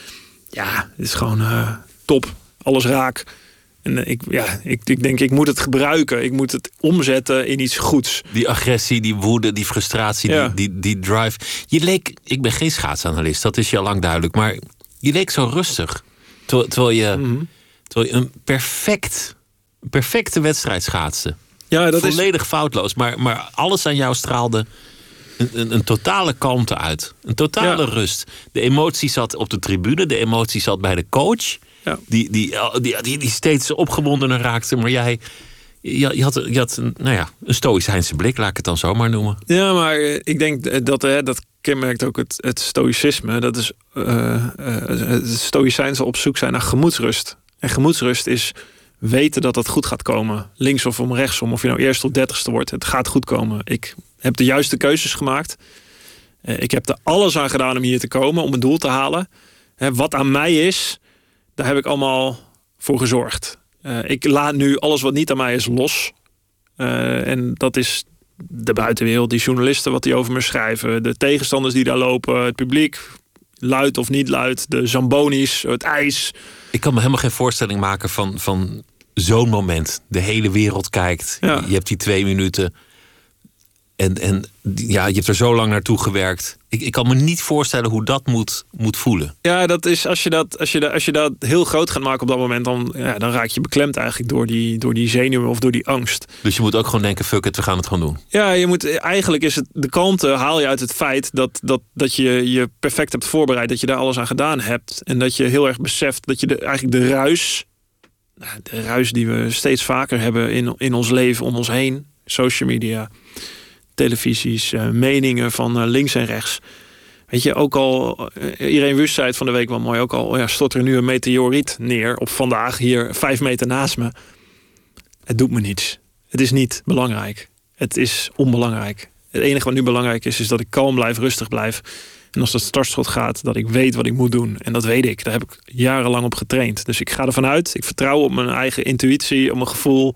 E: ja, het is gewoon uh, top. Alles raak. En ik, ja, ik, ik denk, ik moet het gebruiken. Ik moet het omzetten in iets goeds.
D: Die agressie, die woede, die frustratie, ja. die, die, die drive. Je leek, ik ben geen schaatsanalist, dat is je al lang duidelijk. Maar je leek zo rustig. Terwijl, terwijl, je, mm-hmm. terwijl je een perfect, perfecte wedstrijd schaatste. Ja, dat volledig is foutloos. Maar, maar alles aan jou straalde een, een, een totale kalmte uit. Een totale ja. rust. De emotie zat op de tribune. De emotie zat bij de coach. Ja. Die, die, die, die, die steeds opgewondener raakte. Maar jij, je, je had, je had een, nou ja, een stoïcijnse blik, laat ik het dan zo maar noemen.
E: Ja, maar ik denk dat, dat kenmerkt ook het, het stoïcisme. Dat is uh, uh, het stoïcijnse op zoek zijn naar gemoedsrust. En gemoedsrust is weten dat het goed gaat komen. Links of om rechtsom, of je nou eerst of dertigste wordt. Het gaat goed komen. Ik heb de juiste keuzes gemaakt. Uh, ik heb er alles aan gedaan om hier te komen, om mijn doel te halen. Uh, wat aan mij is, daar heb ik allemaal voor gezorgd. Uh, ik laat nu alles wat niet aan mij is los. Uh, en dat is de buitenwereld, die journalisten wat die over me schrijven, de tegenstanders die daar lopen, het publiek, luid of niet luid, de zambonis, het ijs.
D: Ik kan me helemaal geen voorstelling maken van, van zo'n moment. De hele wereld kijkt. Ja. Je hebt die twee minuten. En, en ja, je hebt er zo lang naartoe gewerkt. Ik, ik kan me niet voorstellen hoe dat moet, moet voelen.
E: Ja, dat is als je dat, als je dat, als je dat heel groot gaat maken op dat moment, dan, ja, dan raak je beklemd eigenlijk door die, door die zenuwen of door die angst.
D: Dus je moet ook gewoon denken, fuck it, we gaan het gewoon doen.
E: Ja, je moet, eigenlijk is het de kalmte haal je uit het feit dat, dat, dat je je perfect hebt voorbereid, dat je daar alles aan gedaan hebt. En dat je heel erg beseft dat je de, eigenlijk de ruis, de ruis die we steeds vaker hebben in, in ons leven om ons heen, social media, televisies, uh, meningen van uh, links en rechts. Weet je, ook al, uh, Irene Wust zei het van de week wel mooi, ook al oh ja, stort er nu een meteoriet neer op vandaag, hier vijf meter naast me. Het doet me niets. Het is niet belangrijk. Het is onbelangrijk. Het enige wat nu belangrijk is, is dat ik kalm blijf, rustig blijf. En als dat startschot gaat, dat ik weet wat ik moet doen. En dat weet ik. Daar heb ik jarenlang op getraind. Dus ik ga ervan uit. Ik vertrouw op mijn eigen intuïtie, op mijn gevoel.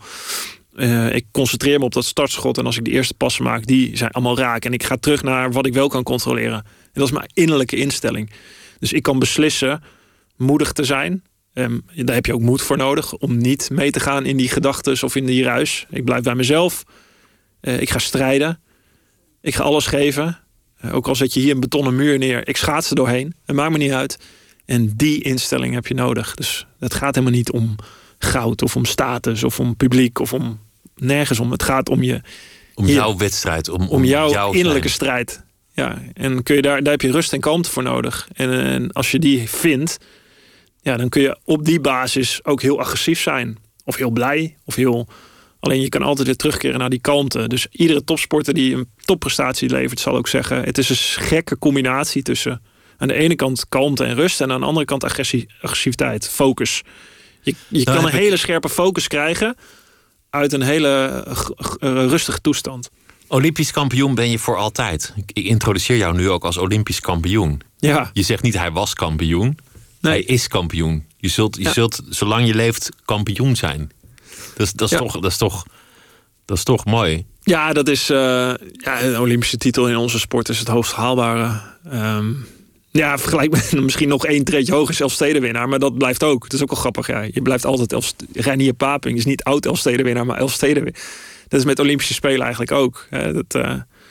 E: Uh, ik concentreer me op dat startschot. En als ik de eerste passen maak, die zijn allemaal raak. En ik ga terug naar wat ik wel kan controleren. En dat is mijn innerlijke instelling. Dus ik kan beslissen moedig te zijn. Um, daar heb je ook moed voor nodig. Om niet mee te gaan in die gedachtes of in die ruis. Ik blijf bij mezelf. Uh, ik ga strijden. Ik ga alles geven. Uh, ook al zet je hier een betonnen muur neer. Ik schaats er doorheen. Het maakt me niet uit. En die instelling heb je nodig. Dus het gaat helemaal niet om goud of om status of om publiek of om nergens om. Het gaat om je...
D: Om jouw wedstrijd. Om, om,
E: om jouw
D: jouw
E: innerlijke
D: zijn.
E: strijd. Ja, en kun je daar, daar heb je rust en kalmte voor nodig. En, en als je die vindt, ja, dan kun je op die basis ook heel agressief zijn. Of heel blij. Of heel... Alleen je kan altijd weer terugkeren naar die kalmte. Dus iedere topsporter die een topprestatie levert, zal ook zeggen, het is een gekke combinatie tussen aan de ene kant kalmte en rust en aan de andere kant agressie, agressiviteit, focus. Je, je nou, kan een hele ik... scherpe focus krijgen uit een hele rustige toestand.
D: Olympisch kampioen ben je voor altijd. Ik introduceer jou nu ook als Olympisch kampioen.
E: Ja.
D: Je zegt niet hij was kampioen. Nee. Hij is kampioen. Je zult, je ja. zult zolang je leeft kampioen zijn. Dat is, dat, is ja. toch, dat, is toch, dat is toch mooi.
E: Ja, dat is uh, ja, een Olympische titel in onze sport is het hoogst haalbare. Um, ja, vergelijk met misschien nog één treedje hoger is Elfstedenwinnaar, maar dat blijft ook. Dat is ook wel grappig. Ja. Je blijft altijd Elfst- Reinier Paping is niet oud Elfstedenwinnaar, maar Elfstedenwinnaar. Dat is met Olympische Spelen eigenlijk ook. Hè. Dat, uh,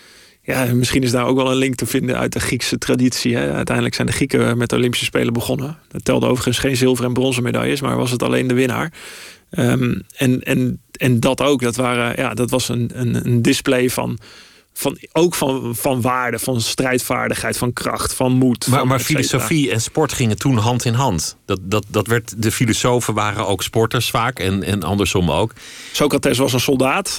E: ja, misschien is daar ook wel een link te vinden uit de Griekse traditie. Hè. Uiteindelijk zijn de Grieken met de Olympische Spelen begonnen. Dat telde overigens geen zilver- en bronzen medailles, maar was het alleen de winnaar. Um, en, en, en dat ook, dat, waren, ja, dat was een, een, een display van, van ook van, van waarde, van strijdvaardigheid, van kracht, van moed.
D: Maar,
E: van
D: maar filosofie en sport gingen toen hand in hand. Dat, dat, dat werd, de filosofen waren ook sporters vaak en, en andersom ook.
E: Socrates was een soldaat.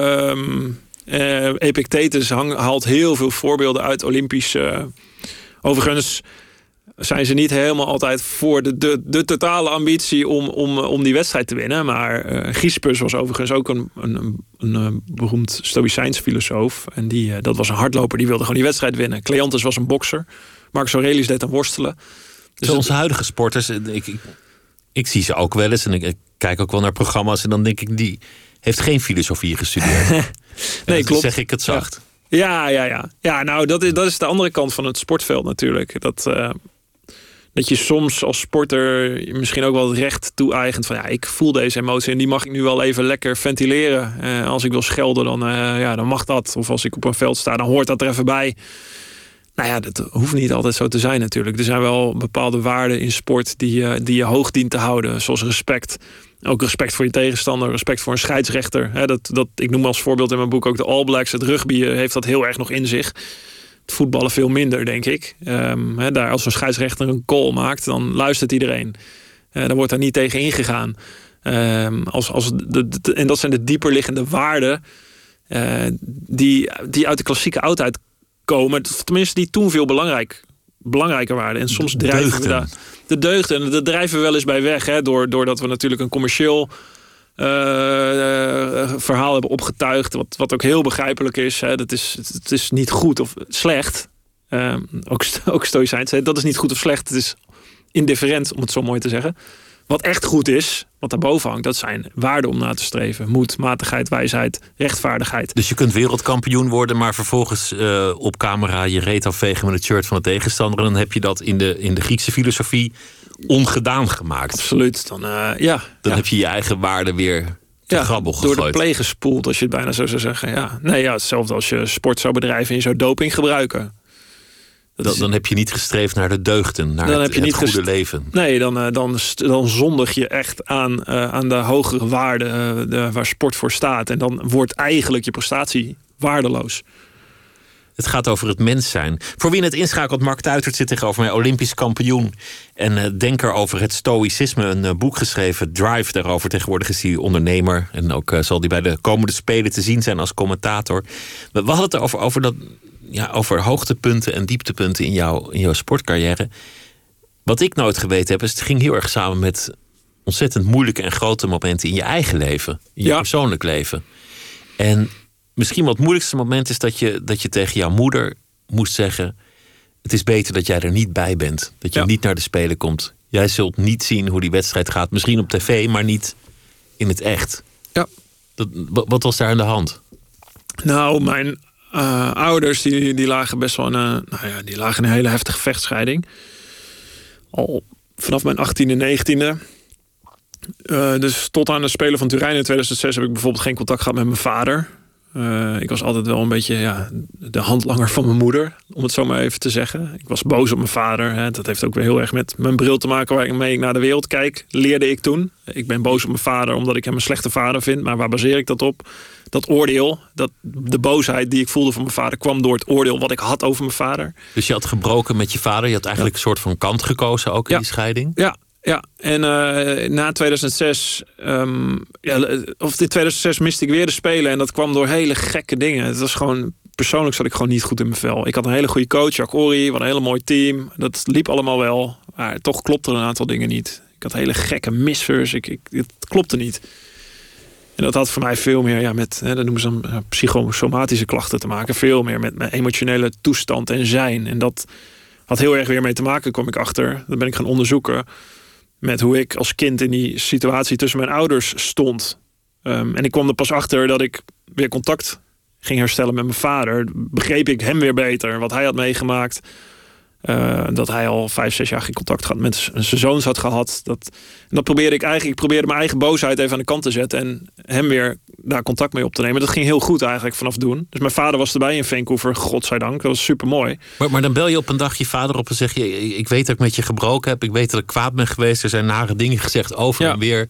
E: Um, uh, Epictetus hang, haalt heel veel voorbeelden uit Olympisch. Uh, overigens zijn ze niet helemaal altijd voor de, de, de totale ambitie om, om, om die wedstrijd te winnen. Maar uh, Chrysippus was overigens ook een, een, een, een beroemd Stoïcijns filosoof. En die, uh, dat was een hardloper, die wilde gewoon die wedstrijd winnen. Cleanthes was een bokser. Marcus Aurelius deed aan worstelen.
D: Dus onze het, huidige sporters, ik, ik, ik zie ze ook wel eens. En ik, ik kijk ook wel naar programma's. En dan denk ik, die heeft geen filosofie gestudeerd. Nee, klopt. Zeg ik het zacht.
E: Ja, ja, ja. Ja, nou, dat is, dat is de andere kant van het sportveld natuurlijk. Dat... Uh, Dat je soms als sporter misschien ook wel het recht toe-eigent van ja, ik voel deze emotie en die mag ik nu wel even lekker ventileren. Uh, als ik wil schelden, dan, uh, ja, dan mag dat. Of als ik op een veld sta, dan hoort dat er even bij. Nou ja, dat hoeft niet altijd zo te zijn natuurlijk. Er zijn wel bepaalde waarden in sport die, uh, die je hoog dient te houden. Zoals respect. Ook respect voor je tegenstander, respect voor een scheidsrechter. He, dat, dat, ik noem als voorbeeld in mijn boek ook de All Blacks. Het rugby heeft dat heel erg nog in zich. Het voetballen veel minder, denk ik. Um, he, daar, als een scheidsrechter een call maakt, dan luistert iedereen. Uh, dan wordt daar niet tegen ingegaan. Um, als, als de, de, en dat zijn de dieperliggende waarden uh, die, die uit de klassieke oudheid komen. Tenminste, die toen veel belangrijk, belangrijker waren. En soms drijven
D: deugden.
E: we daar de deugden. En dat drijven we wel eens bij weg. Hè, door, doordat we natuurlijk een commercieel uh, uh, verhaal hebben opgetuigd. Wat, wat ook heel begrijpelijk is. Hè. Dat is. Het is niet goed of slecht. Uh, ook, ook stoïcijns. Dat is niet goed of slecht. Het is indifferent, om het zo mooi te zeggen. Wat echt goed is, wat daarboven hangt, dat zijn waarden om na te streven. Moed, matigheid, wijsheid, rechtvaardigheid.
D: Dus je kunt wereldkampioen worden, maar vervolgens uh, op camera je reet afvegen met het shirt van de tegenstander. En dan heb je dat in de, in de Griekse filosofie ongedaan gemaakt.
E: Absoluut. Dan, uh, ja,
D: dan
E: ja.
D: heb je je eigen waarden weer te
E: ja,
D: grabbel gegooid.
E: Door de pleeg gespoeld, als je het bijna zo zou zeggen. Ja. Nee, ja, hetzelfde als je sport zou bedrijven en je zou doping gebruiken.
D: Dan, dan heb je niet gestreefd naar de deugden, naar
E: dan
D: het,
E: heb je niet
D: het goede
E: gest...
D: leven.
E: Nee, dan, uh, dan, dan zondig je echt aan, uh, aan de hogere waarden uh, de, waar sport voor staat. En dan wordt eigenlijk je prestatie waardeloos.
D: Het gaat over het mens zijn. Voor wie het inschakelt, Mark Tuitert zit tegenover mij, Olympisch kampioen. En uh, denker over het stoïcisme, een uh, boek geschreven, Drive daarover. Tegenwoordig is hij ondernemer. En ook uh, zal hij bij de komende Spelen te zien zijn als commentator. We, we hadden het over, over, dat, ja, over hoogtepunten en dieptepunten in, jouw, in jouw sportcarrière. Wat ik nooit geweten heb, is het ging heel erg samen met ontzettend moeilijke en grote momenten in je eigen leven. In je
E: ja.
D: persoonlijk leven. En misschien wat het moeilijkste moment is dat je, dat je tegen jouw moeder moest zeggen: het is beter dat jij er niet bij bent. Dat je
E: ja.
D: niet naar de Spelen komt. Jij zult niet zien hoe die wedstrijd gaat. Misschien op tv, maar niet in het echt.
E: Ja.
D: Dat, wat was daar aan de hand?
E: Nou, mijn uh, ouders die, die lagen best wel in een, nou ja, die lagen in een hele heftige vechtscheiding. Al vanaf mijn achttiende, negentiende. Uh, dus tot aan de Spelen van Turijn in tweeduizend zes heb ik bijvoorbeeld geen contact gehad met mijn vader. Uh, ik was altijd wel een beetje ja, de handlanger van mijn moeder, om het zo maar even te zeggen. Ik was boos op mijn vader. Hè. Dat heeft ook weer heel erg met mijn bril te maken waarmee ik naar de wereld kijk, leerde ik toen. Ik ben boos op mijn vader omdat ik hem een slechte vader vind. Maar waar baseer ik dat op? Dat oordeel, dat, de boosheid die ik voelde van mijn vader kwam door het oordeel wat ik had over mijn vader.
D: Dus je had gebroken met je vader. Je had eigenlijk ja. een soort van kant gekozen ook in
E: ja.
D: die scheiding.
E: Ja. Ja, en uh, na tweeduizend zes, um, ja, of in tweeduizend zes miste ik weer de Spelen. En dat kwam door hele gekke dingen. Het was gewoon, persoonlijk zat ik gewoon niet goed in mijn vel. Ik had een hele goede coach, Jacques Ory, wat een hele mooi team. Dat liep allemaal wel, maar toch klopte er een aantal dingen niet. Ik had hele gekke missers, ik, ik, het klopte niet. En dat had voor mij veel meer ja, met, hè, dat noemen ze dan uh, psychosomatische klachten te maken. Veel meer met mijn emotionele toestand en zijn. En dat had heel erg weer mee te maken, kwam ik achter. Dat ben ik gaan onderzoeken. Met hoe ik als kind in die situatie tussen mijn ouders stond. Um, en ik kwam er pas achter dat ik weer contact ging herstellen met mijn vader. Begreep ik hem weer beter, wat hij had meegemaakt. Uh, dat hij al vijf, zes jaar geen contact had met zijn zoons had gehad. Dat, en dat probeerde ik eigenlijk. Ik probeerde mijn eigen boosheid even aan de kant te zetten. En hem weer daar contact mee op te nemen. Dat ging heel goed eigenlijk vanaf doen. Dus mijn vader was erbij in Vancouver, godzijdank. Dat was super mooi.
D: Maar, maar dan bel je op een dag je vader op en zeg je: ik weet dat ik met je gebroken heb. Ik weet dat ik kwaad ben geweest. Er zijn nare dingen gezegd over
E: ja.
D: en weer.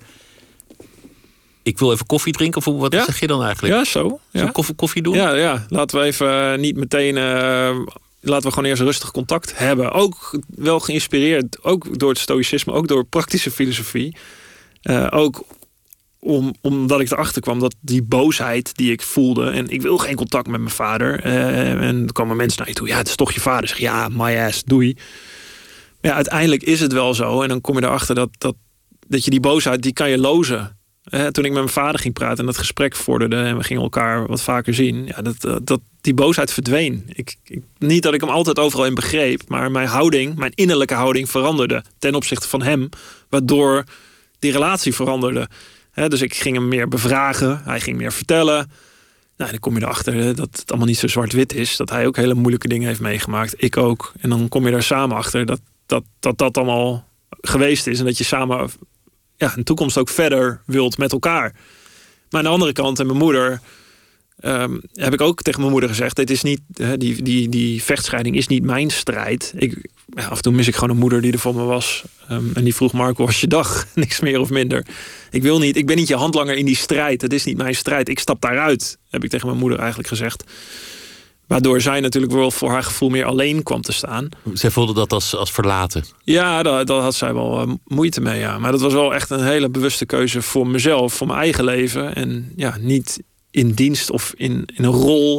D: Ik wil even koffie drinken. Of wat ja. zeg je dan eigenlijk?
E: Ja, zo. Ja.
D: Zo koffie, koffie doen?
E: Ja, ja, laten we even uh, niet meteen. Uh, Laten we gewoon eerst rustig contact hebben. Ook wel geïnspireerd, ook door het stoïcisme, ook door praktische filosofie. Uh, ook om, omdat ik erachter kwam dat die boosheid die ik voelde, en ik wil geen contact met mijn vader. Uh, en dan kwamen mensen naar je toe. Ja, het is toch je vader. Zeg, ja, my ass, doei. Maar ja, uiteindelijk is het wel zo. En dan kom je erachter dat, dat, dat je die boosheid, die kan je lozen. Uh, toen ik met mijn vader ging praten en dat gesprek vorderde en we gingen elkaar wat vaker zien, ja, dat, dat, dat die boosheid verdween. Ik, ik, niet dat ik hem altijd overal in begreep, maar mijn houding, mijn innerlijke houding veranderde ten opzichte van hem, waardoor die relatie veranderde. He, dus ik ging hem meer bevragen, hij ging meer vertellen. Nou, dan kom je erachter dat het allemaal niet zo zwart-wit is, dat hij ook hele moeilijke dingen heeft meegemaakt, ik ook. En dan kom je daar samen achter dat dat, dat, dat allemaal geweest is en dat je samen ja, in de toekomst ook verder wilt met elkaar. Maar aan de andere kant, en mijn moeder, um, heb ik ook tegen mijn moeder gezegd, dit is niet, uh, die, die, die vechtscheiding is niet mijn strijd. Ik, ja, af en toe mis ik gewoon een moeder die er voor me was. Um, en die vroeg, Marco, was je dag? Niks meer of minder. Ik wil niet, ik ben niet je handlanger in die strijd. Het is niet mijn strijd. Ik stap daaruit, heb ik tegen mijn moeder eigenlijk gezegd. Waardoor zij natuurlijk wel voor haar gevoel meer alleen kwam te staan.
D: Zij voelde dat als, als verlaten.
E: Ja, daar, daar had zij wel uh, moeite mee. Ja. Maar dat was wel echt een hele bewuste keuze voor mezelf, voor mijn eigen leven. En ja, niet in dienst of in, in een rol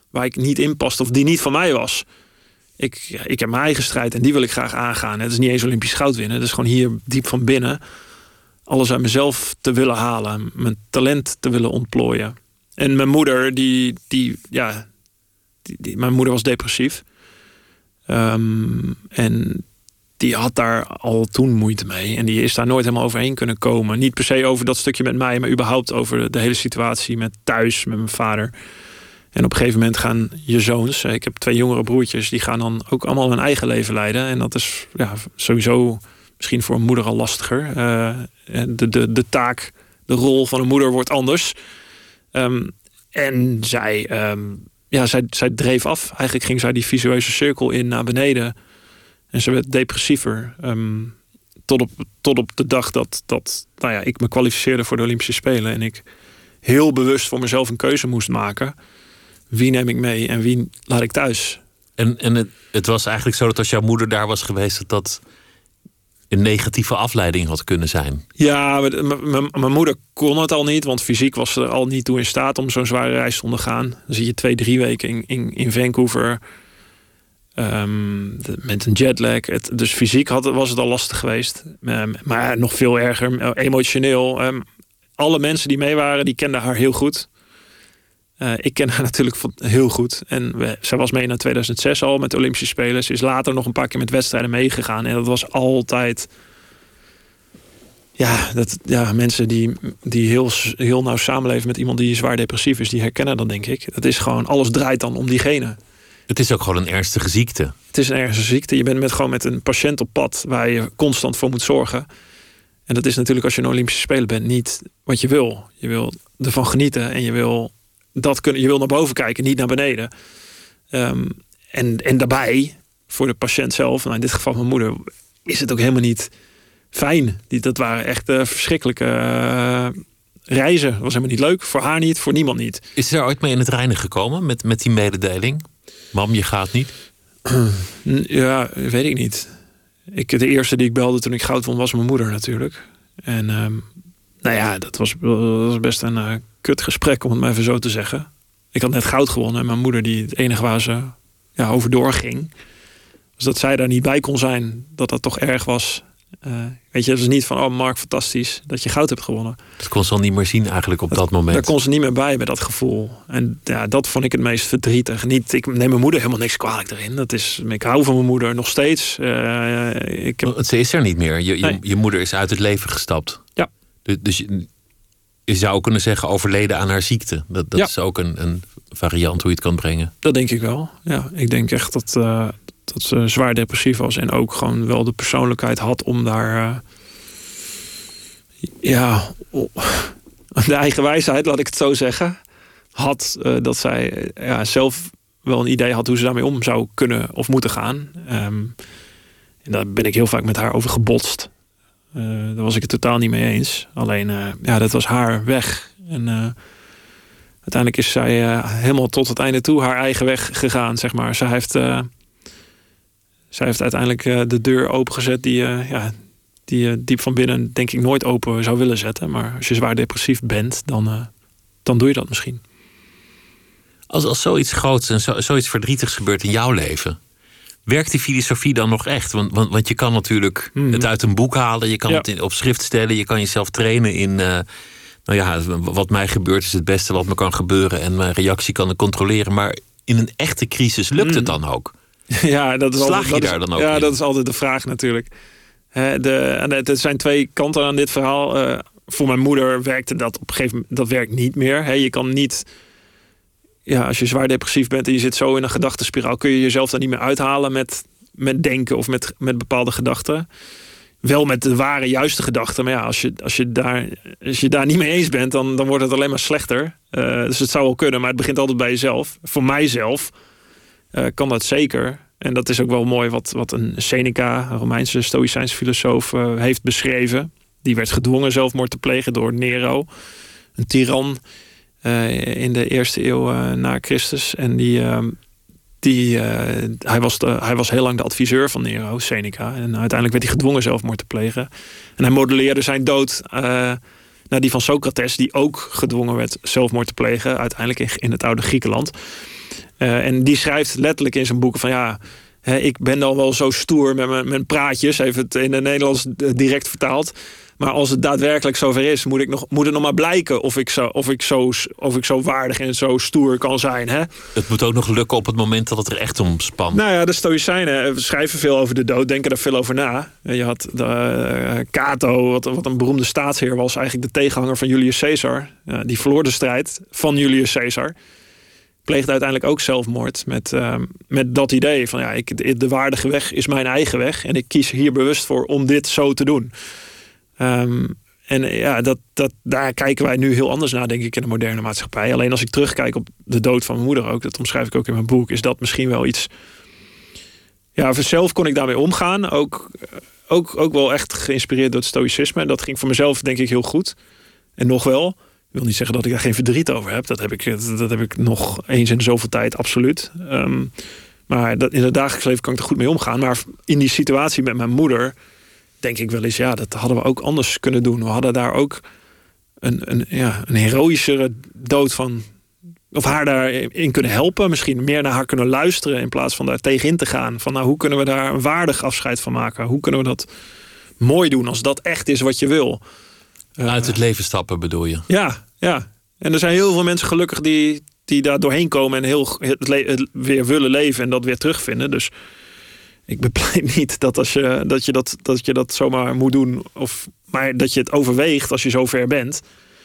E: waar ik niet in paste of die niet van mij was. Ik, ja, ik heb mijn eigen strijd en die wil ik graag aangaan. Het is niet eens Olympisch goud winnen. Het is gewoon hier diep van binnen alles uit mezelf te willen halen. Mijn talent te willen ontplooien. En mijn moeder, die, die ja, die, die, mijn moeder was depressief. Um, en die had daar al toen moeite mee. En die is daar nooit helemaal overheen kunnen komen. Niet per se over dat stukje met mij, maar überhaupt over de hele situatie met thuis, met mijn vader. En op een gegeven moment gaan je zoons, ik heb twee jongere broertjes, die gaan dan ook allemaal hun eigen leven leiden. En dat is ja, sowieso misschien voor een moeder al lastiger. Uh, de, de, de taak, de rol van een moeder wordt anders. Um, en zij, um, ja, zij, zij dreef af. Eigenlijk ging zij die visueuze cirkel in naar beneden. En ze werd depressiever. Um, tot, op, tot op de dag dat, dat nou ja, ik me kwalificeerde voor de Olympische Spelen. En ik heel bewust voor mezelf een keuze moest maken. Wie neem ik mee en wie laat ik thuis?
D: En, en het, het was eigenlijk zo dat als jouw moeder daar was geweest, dat dat een negatieve afleiding had kunnen zijn.
E: Ja, mijn moeder kon het al niet, want fysiek was ze er al niet toe in staat om zo'n zware reis te ondergaan. Dan zit je twee, drie weken in, in, in Vancouver um, de, met een jetlag. Het, dus fysiek had, was het al lastig geweest. Um, maar nog veel erger, emotioneel. Um, alle mensen die mee waren, die kenden haar heel goed. Uh, ik ken haar natuurlijk heel goed. En we, zij was mee naar tweeduizend zes al met de Olympische Spelen. Ze is later nog een paar keer met wedstrijden meegegaan. En dat was altijd Ja, dat, ja mensen die, die heel, heel nauw samenleven met iemand die zwaar depressief is, die herkennen dat, denk ik. Dat is gewoon, alles draait dan om diegene.
D: Het is ook gewoon een ernstige ziekte.
E: Het is een ernstige ziekte. Je bent met, gewoon met een patiënt op pad waar je constant voor moet zorgen. En dat is natuurlijk, als je een Olympische Speler bent, niet wat je wil. Je wil ervan genieten en je wil dat kunnen. Je wil naar boven kijken, niet naar beneden. Um, en, en daarbij, voor de patiënt zelf, nou in dit geval mijn moeder, is het ook helemaal niet fijn. Die, dat waren echt uh, verschrikkelijke uh, reizen. Dat was helemaal niet leuk. Voor haar niet, voor niemand niet.
D: Is ze er ooit mee in het reinen gekomen met, met die mededeling? Mam, je gaat niet?
E: Ja, weet ik niet. Ik, de eerste die ik belde toen ik goud won was mijn moeder natuurlijk. En um, nou ja, dat was, dat was best een uh, kut gesprek, om het maar even zo te zeggen. Ik had net goud gewonnen en mijn moeder, die het enige waar ze ja, over doorging, was dat zij daar niet bij kon zijn. Dat dat toch erg was. Uh, weet je, het is niet van, oh Mark, fantastisch dat je goud hebt gewonnen.
D: Dat kon ze al niet meer zien eigenlijk op dat, dat moment.
E: Daar kon ze niet meer bij, bij dat gevoel. En ja, dat vond ik het meest verdrietig. Niet, ik neem mijn moeder helemaal niks kwalijk erin. Dat is, ik hou van mijn moeder nog steeds. Uh, ik heb...
D: Ze is er niet meer. Je, je,
E: nee.
D: je moeder is uit het leven gestapt.
E: Ja.
D: Dus, dus je, je zou kunnen zeggen overleden aan haar ziekte. Dat, dat ja. is ook een, een variant hoe je het kan brengen.
E: Dat denk ik wel. Ja, ik denk echt dat... Uh, dat ze zwaar depressief was en ook gewoon wel de persoonlijkheid had om daar uh, ja, de eigen wijsheid, laat ik het zo zeggen, had uh, dat zij uh, ja, zelf wel een idee had hoe ze daarmee om zou kunnen of moeten gaan. Um, en daar ben ik heel vaak met haar over gebotst. Uh, daar was ik het totaal niet mee eens. Alleen, uh, ja, dat was haar weg. En uh, uiteindelijk is zij uh, helemaal tot het einde toe haar eigen weg gegaan, zeg maar. Zij heeft... Uh, Zij heeft uiteindelijk uh, de deur opengezet die, uh, ja, die je uh, diep van binnen denk ik nooit open zou willen zetten. Maar als je zwaar depressief bent, dan, uh, dan doe je dat misschien.
D: Als, als zoiets groots en zo, zoiets verdrietigs gebeurt in jouw leven, werkt die filosofie dan nog echt? Want, want, want je kan natuurlijk mm. het uit een boek halen, je kan ja. het in, op schrift stellen, je kan jezelf trainen in... Uh, nou ja, wat mij gebeurt is het beste wat me kan gebeuren en mijn reactie kan ik controleren. Maar in een echte crisis lukt mm. het dan ook?
E: Ja, dat is
D: Slaag
E: altijd,
D: je
E: dat
D: daar
E: is,
D: dan ook
E: ja,
D: in?
E: dat is altijd de vraag natuurlijk. He, de, er zijn twee kanten aan dit verhaal. Uh, voor mijn moeder werkte dat op een gegeven moment, dat werkt niet meer. He, je kan niet, ja, als je zwaar depressief bent en je zit zo in een gedachtenspiraal, kun je jezelf daar niet meer uithalen met, met denken of met, met bepaalde gedachten. Wel met de ware, juiste gedachten. Maar ja, als je, als je, daar, als je daar niet mee eens bent, dan, dan wordt het alleen maar slechter. Uh, dus het zou wel kunnen, maar het begint altijd bij jezelf. Voor mijzelf Uh, kan dat zeker. En dat is ook wel mooi wat, wat een Seneca, een Romeinse stoïcijnse filosoof, uh, heeft beschreven. Die werd gedwongen zelfmoord te plegen door Nero. Een tiran uh, in de eerste eeuw uh, na Christus. En die, uh, die, uh, hij, was de, hij was heel lang de adviseur van Nero, Seneca. En uiteindelijk werd hij gedwongen zelfmoord te plegen. En hij modelleerde zijn dood uh, naar die van Socrates, die ook gedwongen werd zelfmoord te plegen. Uiteindelijk in, in het oude Griekenland. Uh, en die schrijft letterlijk in zijn boeken van ja, hè, ik ben dan wel zo stoer met mijn, mijn praatjes, heeft het in het Nederlands direct vertaald. Maar als het daadwerkelijk zover is, moet, ik nog, moet het nog maar blijken of ik, zo, of, ik zo, of ik zo waardig en zo stoer kan zijn. Hè?
D: Het moet ook nog lukken op het moment dat het er echt om spant.
E: Nou ja, de Stoïcijnen schrijven veel over de dood, denken daar veel over na. Je had de, uh, Cato, wat, wat een beroemde staatsheer was, eigenlijk de tegenhanger van Julius Caesar. Uh, die verloor de strijd van Julius Caesar. Pleegde uiteindelijk ook zelfmoord met, uh, met dat idee van ja, ik, de waardige weg is mijn eigen weg. En ik kies hier bewust voor om dit zo te doen. Um, en ja, dat, dat, daar kijken wij nu heel anders naar, denk ik, in de moderne maatschappij. Alleen als ik terugkijk op de dood van mijn moeder ook, dat omschrijf ik ook in mijn boek, is dat misschien wel iets. Ja, vanzelf kon ik daarmee omgaan. Ook, ook, ook wel echt geïnspireerd door het stoïcisme. En dat ging voor mezelf, denk ik, heel goed. En nog wel. Ik wil niet zeggen dat ik daar geen verdriet over heb. Dat heb ik, dat heb ik nog eens in zoveel tijd, absoluut. Um, maar dat, in het dagelijks leven kan ik er goed mee omgaan. Maar in die situatie met mijn moeder denk ik wel eens, ja, dat hadden we ook anders kunnen doen. We hadden daar ook een, een, ja, een heroïschere dood van, of haar daarin kunnen helpen. Misschien meer naar haar kunnen luisteren in plaats van daar tegenin te gaan. Van nou, hoe kunnen we daar een waardig afscheid van maken? Hoe kunnen we dat mooi doen als dat echt is wat je wil?
D: Uit het leven stappen bedoel je?
E: Ja, ja. En er zijn heel veel mensen gelukkig die, die daar doorheen komen en heel het, le- het weer willen leven en dat weer terugvinden. Dus ik bepleit niet dat, als je, dat, je dat, dat je dat zomaar moet doen. Of, maar dat je het overweegt als je zo ver bent.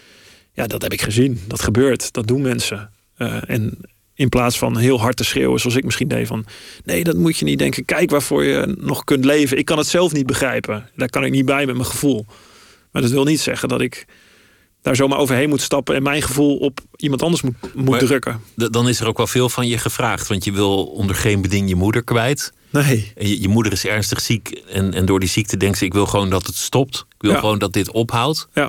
E: Ja, dat heb ik gezien. Dat gebeurt. Dat doen mensen. Uh, en in plaats van heel hard te schreeuwen, zoals ik misschien deed van nee, dat moet je niet denken. Kijk waarvoor je nog kunt leven. Ik kan het zelf niet begrijpen. Daar kan ik niet bij met mijn gevoel. Maar dat wil niet zeggen dat ik daar zomaar overheen moet stappen en mijn gevoel op iemand anders moet, moet drukken.
D: D- dan is er ook wel veel van je gevraagd. Want je wil onder geen beding je moeder kwijt.
E: Nee.
D: En je, je moeder is ernstig ziek. En, en door die ziekte denkt ze, ik wil gewoon dat het stopt. Ik wil ja. gewoon dat dit ophoudt.
E: Ja.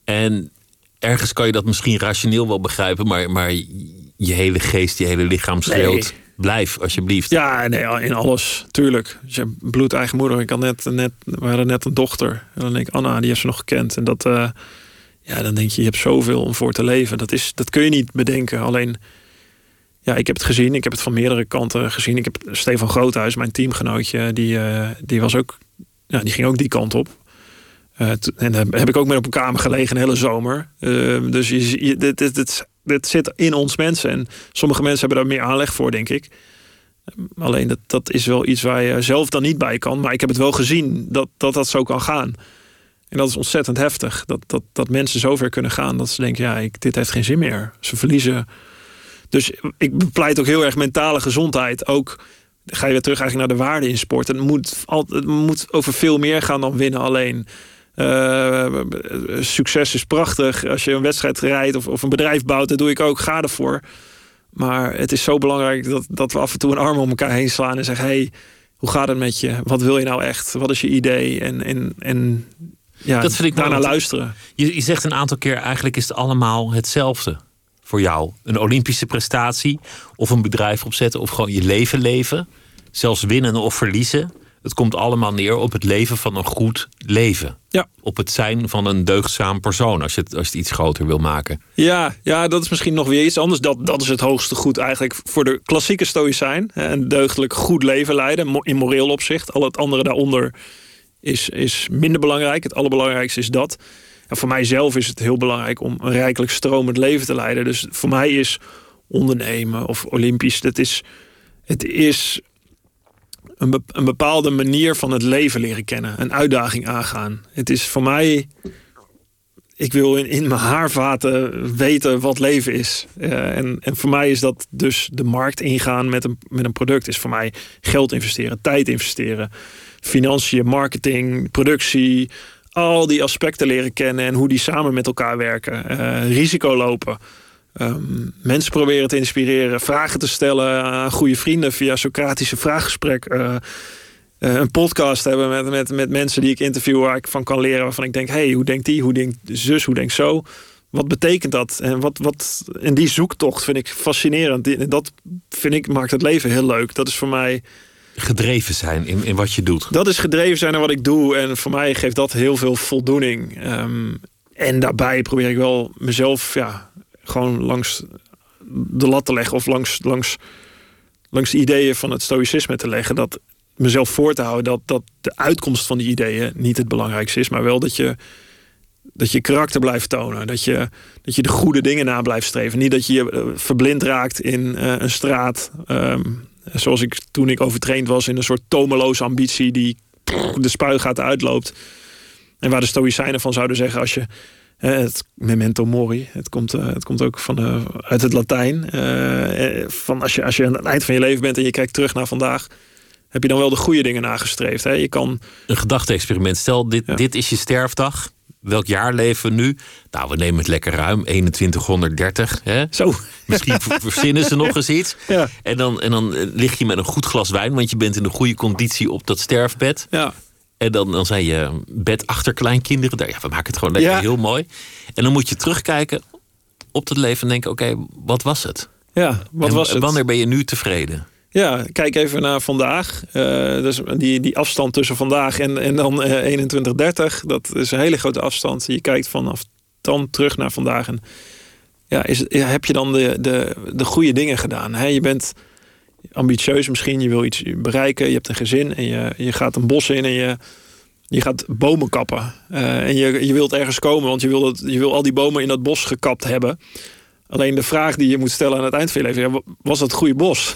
D: En ergens kan je dat misschien rationeel wel begrijpen. Maar, maar je hele geest, je hele lichaam schreeuwt. Nee. Blijf, alsjeblieft.
E: Ja, nee, in alles, tuurlijk. Dus je bloedeigen moeder. Ik had net, net, we hadden net een dochter. En dan denk ik, Anna, die heeft ze nog gekend. En dat, uh, ja, dan denk je, je hebt zoveel om voor te leven. Dat, is, dat kun je niet bedenken. Alleen, ja, ik heb het gezien. Ik heb het van meerdere kanten gezien. Ik heb Stefan Groothuis, mijn teamgenootje, die, uh, die was ook, ja, die ging ook die kant op. Uh, t- en daar heb ik ook met op een kamer gelegen een hele zomer. Uh, dus je, je, dit, dit, dit, dit zit in ons mensen. En sommige mensen hebben daar meer aanleg voor, denk ik. Alleen dat, dat is wel iets waar je zelf dan niet bij kan. Maar ik heb het wel gezien dat dat, dat zo kan gaan. En dat is ontzettend heftig. Dat, dat, dat mensen zo ver kunnen gaan dat ze denken, ja, ik, dit heeft geen zin meer. Ze verliezen. Dus ik bepleit ook heel erg mentale gezondheid. Ook ga je weer terug eigenlijk naar de waarde in sport. Het moet, het moet over veel meer gaan dan winnen alleen. Uh, succes is prachtig. Als je een wedstrijd rijdt of, of een bedrijf bouwt, dat doe ik ook. Ga ervoor. Maar het is zo belangrijk dat, dat we af en toe een arm om elkaar heen slaan en zeggen, hey, hoe gaat het met je? Wat wil je nou echt? Wat is je idee? En, en, en ja,
D: dat vind ik
E: daarna
D: nou,
E: luisteren.
D: Je, je zegt een aantal keer, eigenlijk is het allemaal hetzelfde voor jou. Een Olympische prestatie of een bedrijf opzetten of gewoon je leven leven. Zelfs winnen of verliezen. Het komt allemaal neer op het leven van een goed leven.
E: Ja.
D: Op het zijn van een deugdzaam persoon, als je het, als je het iets groter wil maken.
E: Ja, ja, dat is misschien nog weer iets anders. Dat, dat is het hoogste goed eigenlijk voor de klassieke stoïcijn. Een deugdelijk goed leven leiden, in moreel opzicht. Al het andere daaronder is, is minder belangrijk. Het allerbelangrijkste is dat. En voor mijzelf is het heel belangrijk om een rijkelijk stromend leven te leiden. Dus voor mij is ondernemen of Olympisch, dat is, het is een bepaalde manier van het leven leren kennen. Een uitdaging aangaan. Het is voor mij, ik wil in, in mijn haarvaten weten wat leven is. Uh, en, en voor mij is dat dus de markt ingaan met een, met een product. Is voor mij geld investeren, tijd investeren, financiën, marketing, productie. Al die aspecten leren kennen en hoe die samen met elkaar werken. Uh, risico lopen. Um, mensen proberen te inspireren, vragen te stellen aan goede vrienden via Socratische vraaggesprek. Uh, uh, een podcast hebben met, met, met mensen die ik interview waar ik van kan leren, waarvan ik denk, hey, hoe denkt die, hoe denkt zus, hoe denkt zo? Wat betekent dat? En, wat, wat, en die zoektocht vind ik fascinerend. En dat vind ik, maakt het leven heel leuk. Dat is voor mij
D: gedreven zijn in, in wat je doet.
E: Dat is gedreven zijn in wat ik doe. En voor mij geeft dat heel veel voldoening. Um, en daarbij probeer ik wel mezelf, ja, gewoon langs de lat te leggen of langs, langs langs de ideeën van het stoïcisme te leggen. Dat mezelf voor te houden dat, dat de uitkomst van die ideeën niet het belangrijkste is. Maar wel dat je, dat je karakter blijft tonen. Dat je, dat je de goede dingen na blijft streven. Niet dat je je verblind raakt in uh, een straat. Um, zoals ik toen ik overtraind was in een soort tomeloze ambitie die de spuigaten uitloopt. En waar de Stoïcijnen van zouden zeggen als je het memento mori, het komt, uh, het komt ook van, uh, uit het Latijn. Uh, van als je, als je aan het eind van je leven bent en je kijkt terug naar vandaag, heb je dan wel de goede dingen nagestreefd. Hè? Je kan
D: een gedachte-experiment. Stel, dit, ja. dit is je sterfdag. Welk jaar leven we nu? Nou, we nemen het lekker ruim. eenentwintighonderddertig. Hè?
E: Zo.
D: Misschien verzinnen ze nog eens iets.
E: Ja.
D: En, dan, en dan lig je met een goed glas wijn, want je bent in de goede conditie op dat sterfbed.
E: Ja.
D: En dan, dan zijn je bed achter kleinkinderen. Daar, ja, we maken het gewoon lekker ja. heel mooi. En dan moet je terugkijken op het leven en denken, oké, okay, wat was het?
E: Ja, wat
D: en
E: was het?
D: Wanneer ben je nu tevreden?
E: Ja, kijk even naar vandaag. Uh, dus die, die afstand tussen vandaag en, en dan uh, eenentwintig dertig. Dat is een hele grote afstand. Je kijkt vanaf dan terug naar vandaag. En ja, is, ja, heb je dan de, de, de goede dingen gedaan? Hè? Je bent ambitieus misschien. Je wil iets bereiken. Je hebt een gezin. En je, je gaat een bos in. En je, je gaat bomen kappen. Uh, en je, je wilt ergens komen. Want je wil, dat, je wil al die bomen in dat bos gekapt hebben. Alleen de vraag die je moet stellen aan het eind van je leven, ja, was dat het goede bos?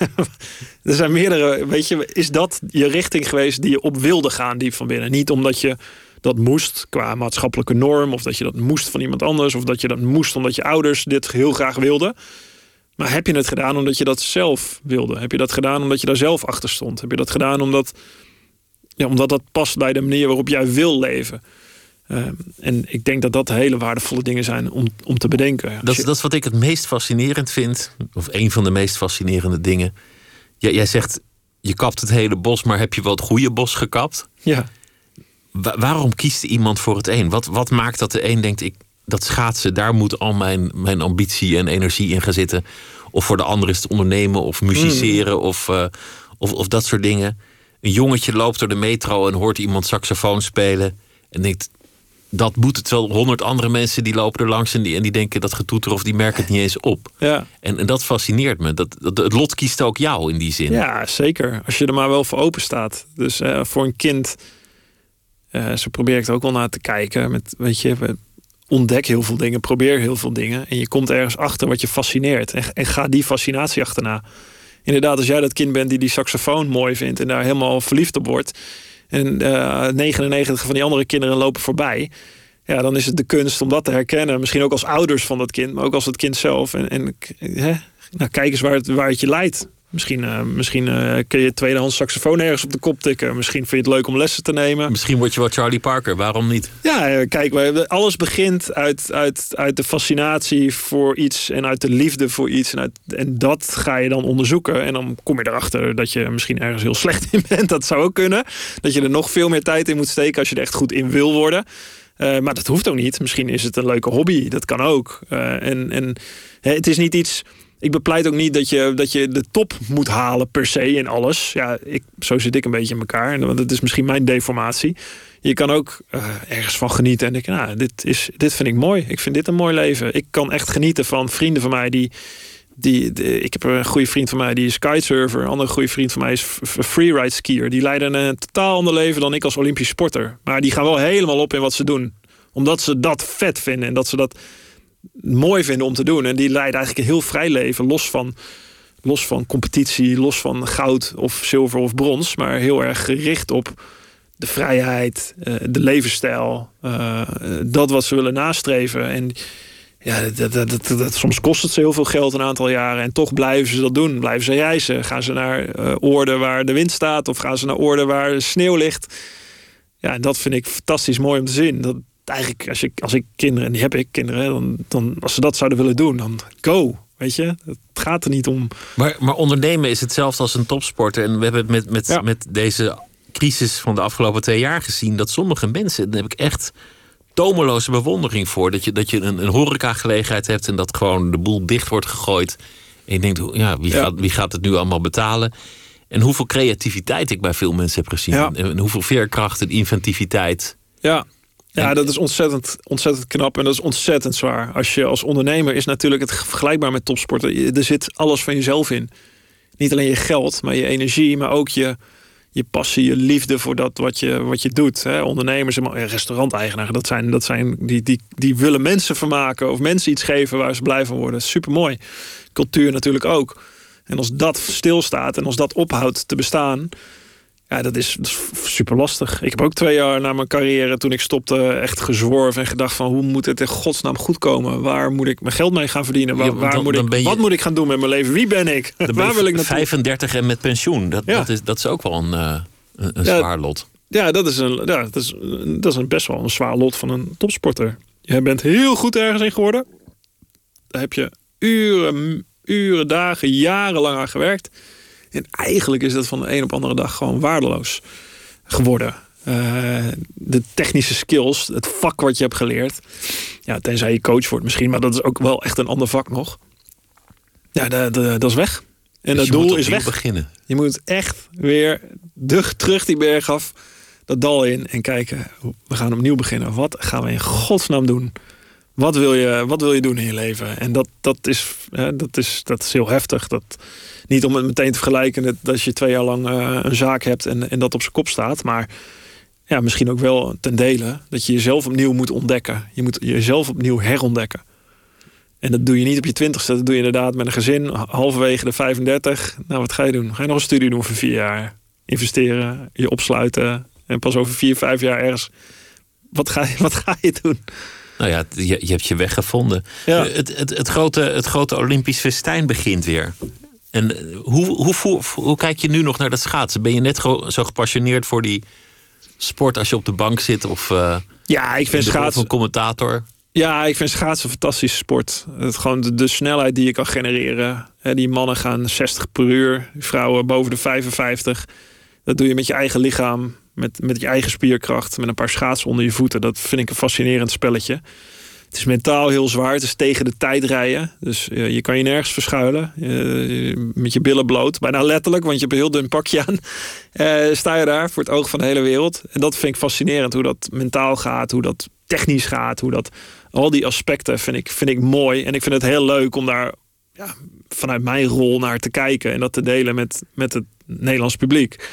E: Er zijn meerdere, weet je, is dat je richting geweest die je op wilde gaan diep van binnen? Niet omdat je dat moest qua maatschappelijke norm, of dat je dat moest van iemand anders, of dat je dat moest omdat je ouders dit heel graag wilden. Maar heb je het gedaan omdat je dat zelf wilde? Heb je dat gedaan omdat je daar zelf achter stond? Heb je dat gedaan omdat, ja, omdat dat past bij de manier waarop jij wil leven? Uh, en ik denk dat dat hele waardevolle dingen zijn om, om te bedenken.
D: Dat, dat is wat ik het meest fascinerend vind. Of een van de meest fascinerende dingen. Jij, jij zegt, je kapt het hele bos, maar heb je wel het goede bos gekapt?
E: Ja.
D: Wa- waarom kiest iemand voor het een? Wat, wat maakt dat de een denkt, ik, dat schaatsen, daar moet al mijn, mijn ambitie en energie in gaan zitten. Of voor de ander is het ondernemen of musiceren mm. of, uh, of, of dat soort dingen. Een jongetje loopt door de metro en hoort iemand saxofoon spelen en denkt, dat moet het wel. Honderd andere mensen die lopen er langs en die, en die denken dat getoeter of die merken het niet eens op.
E: Ja.
D: En, en dat fascineert me. Dat, dat, het lot kiest ook jou in die zin.
E: Ja, zeker. Als je er maar wel voor open staat. Dus uh, voor een kind, uh, zo probeer ik er ook wel naar te kijken. Met, weet je, ontdek heel veel dingen, probeer heel veel dingen. En je komt ergens achter wat je fascineert. En, en ga die fascinatie achterna. Inderdaad, als jij dat kind bent die die saxofoon mooi vindt en daar helemaal verliefd op wordt, en uh, negenennegentig van die andere kinderen lopen voorbij, ja, dan is het de kunst om dat te herkennen. Misschien ook als ouders van dat kind, maar ook als het kind zelf. En, en hè, nou, kijk eens waar het, waar het je leidt. Misschien, uh, misschien uh, kun je tweedehands saxofoon ergens op de kop tikken. Misschien vind je het leuk om lessen te nemen.
D: Misschien word je wel Charlie Parker, waarom niet?
E: Ja, kijk, alles begint uit, uit, uit de fascinatie voor iets en uit de liefde voor iets. En, uit, en dat ga je dan onderzoeken. En dan kom je erachter dat je misschien ergens heel slecht in bent. Dat zou ook kunnen. Dat je er nog veel meer tijd in moet steken als je er echt goed in wil worden. Uh, maar dat hoeft ook niet. Misschien is het een leuke hobby. Dat kan ook. Uh, en, en hè, het is niet iets. Ik bepleit ook niet dat je, dat je de top moet halen per se in alles. Ja, ik, zo zit ik een beetje in elkaar. Want dat is misschien mijn deformatie. Je kan ook uh, ergens van genieten en denken, nou, dit, is, dit vind ik mooi. Ik vind dit een mooi leven. Ik kan echt genieten van vrienden van mij die, die, die ik heb een goede vriend van mij die is kitesurfer. Een andere goede vriend van mij is freeride skier. Die leiden een totaal ander leven dan ik als Olympisch sporter. Maar die gaan wel helemaal op in wat ze doen. Omdat ze dat vet vinden en dat ze dat mooi vinden om te doen. En die leiden eigenlijk een heel vrij leven, los van, los van competitie, los van goud of zilver of brons, maar heel erg gericht op de vrijheid, de levensstijl, dat wat ze willen nastreven. En ja, dat, dat, dat, dat, soms kost het ze heel veel geld een aantal jaren en toch blijven ze dat doen. Blijven ze reizen. Gaan ze naar uh, oorden waar de wind staat of gaan ze naar oorden waar sneeuw ligt. Ja, dat vind ik fantastisch mooi om te zien. Dat eigenlijk, als, je, als ik kinderen, en die heb ik kinderen, dan, dan als ze dat zouden willen doen, dan go. Weet je, het gaat er niet om.
D: Maar, maar ondernemen is hetzelfde als een topsporter. En we hebben het met, met, ja. met deze crisis van de afgelopen twee jaar gezien, dat sommige mensen, daar heb ik echt tomeloze bewondering voor. Dat je, dat je een, een horecagelegenheid hebt en dat gewoon de boel dicht wordt gegooid. En je denkt, ja, wie, ja. Gaat, wie gaat het nu allemaal betalen? En hoeveel creativiteit ik bij veel mensen heb gezien. Ja. En hoeveel veerkracht en inventiviteit.
E: Ja. Ja, dat is ontzettend, ontzettend knap en dat is ontzettend zwaar. Als je als ondernemer is natuurlijk het vergelijkbaar met topsporten. Er zit alles van jezelf in. niet alleen je geld, maar je energie, maar ook je, je passie, je liefde voor dat wat je, wat je doet. Hè? Ondernemers en restauranteigenaren, dat zijn, dat zijn die, die, die willen mensen vermaken of mensen iets geven waar ze blij van worden. Super mooi. Cultuur natuurlijk ook. En als dat stilstaat en als dat ophoudt te bestaan, ja, dat is, dat is super lastig. Ik heb ook twee jaar na mijn carrière, toen ik stopte, echt gezworven en gedacht van hoe moet het in godsnaam goed komen? Waar moet ik mijn geld mee gaan verdienen? Waar,
D: Ja,
E: waar
D: dan-
E: moet
D: dan
E: ik,
D: ben je-
E: wat moet ik gaan doen met mijn leven? Wie ben ik?
D: Dan ben
E: Waar
D: je
E: wil ik naartoe?
D: vijfendertig en met pensioen. Dat,
E: Ja.
D: dat, is, dat is ook wel een, uh, een, een
E: Ja.
D: zwaar lot.
E: Ja, dat is, een, ja dat, is, dat is een best wel een zwaar lot van een topsporter. Je bent heel goed ergens in geworden. Daar heb je uren, uren, dagen, jarenlang aan gewerkt. En eigenlijk is dat van de een op de andere dag gewoon waardeloos geworden. Uh, de technische skills, het vak wat je hebt geleerd. Ja, tenzij je coach wordt misschien, maar dat is ook wel echt een ander vak nog. Ja, dat, dat, dat is weg. En
D: Dus
E: dat
D: je moet
E: doel is
D: opnieuw
E: weg.
D: beginnen.
E: Je moet echt weer de, terug die berg af, dat dal in en kijken. We gaan opnieuw beginnen. Wat gaan we in godsnaam doen? Wat wil je, wat wil je doen in je leven? En dat, dat, is, hè, dat, is, dat is heel heftig. Dat, niet om het meteen te vergelijken dat, dat je twee jaar lang uh, een zaak hebt en, en dat op zijn kop staat. Maar ja, misschien ook wel ten dele dat je jezelf opnieuw moet ontdekken. Je moet jezelf opnieuw herontdekken. En dat doe je niet op je twintigste. Dat doe je inderdaad met een gezin. Halverwege de vijfendertig. Nou, wat ga je doen? Ga je nog een studie doen voor vier jaar? Investeren, je opsluiten. En pas over vier, vijf jaar ergens. Wat ga je, wat ga je doen?
D: Nou ja, je, je hebt je weg gevonden.
E: Ja.
D: Het, het, het, grote, het grote Olympisch festijn begint weer. En hoe, hoe, hoe, hoe kijk je nu nog naar dat schaatsen? Ben je net zo gepassioneerd voor die sport als je op de bank zit? Of uh,
E: ja, ik vind
D: in de rol
E: schaatsen...
D: van commentator?
E: Ja, ik vind schaatsen een fantastische sport. Het, gewoon de, de snelheid die je kan genereren. He, die mannen gaan zestig per uur. Vrouwen boven de vijfenvijftig. Dat doe je met je eigen lichaam. Met, met je eigen spierkracht. Met een paar schaatsen onder je voeten. Dat vind ik een fascinerend spelletje. Het is mentaal heel zwaar. Het is tegen de tijd rijden. Dus uh, je kan je nergens verschuilen. Uh, met je billen bloot. Bijna letterlijk, want je hebt een heel dun pakje aan. Uh, sta je daar voor het oog van de hele wereld. En dat vind ik fascinerend. Hoe dat mentaal gaat. Hoe dat technisch gaat. Hoe dat... Al die aspecten vind ik, vind ik mooi. En ik vind het heel leuk om daar ja, vanuit mijn rol naar te kijken. En dat te delen met, met het Nederlands publiek.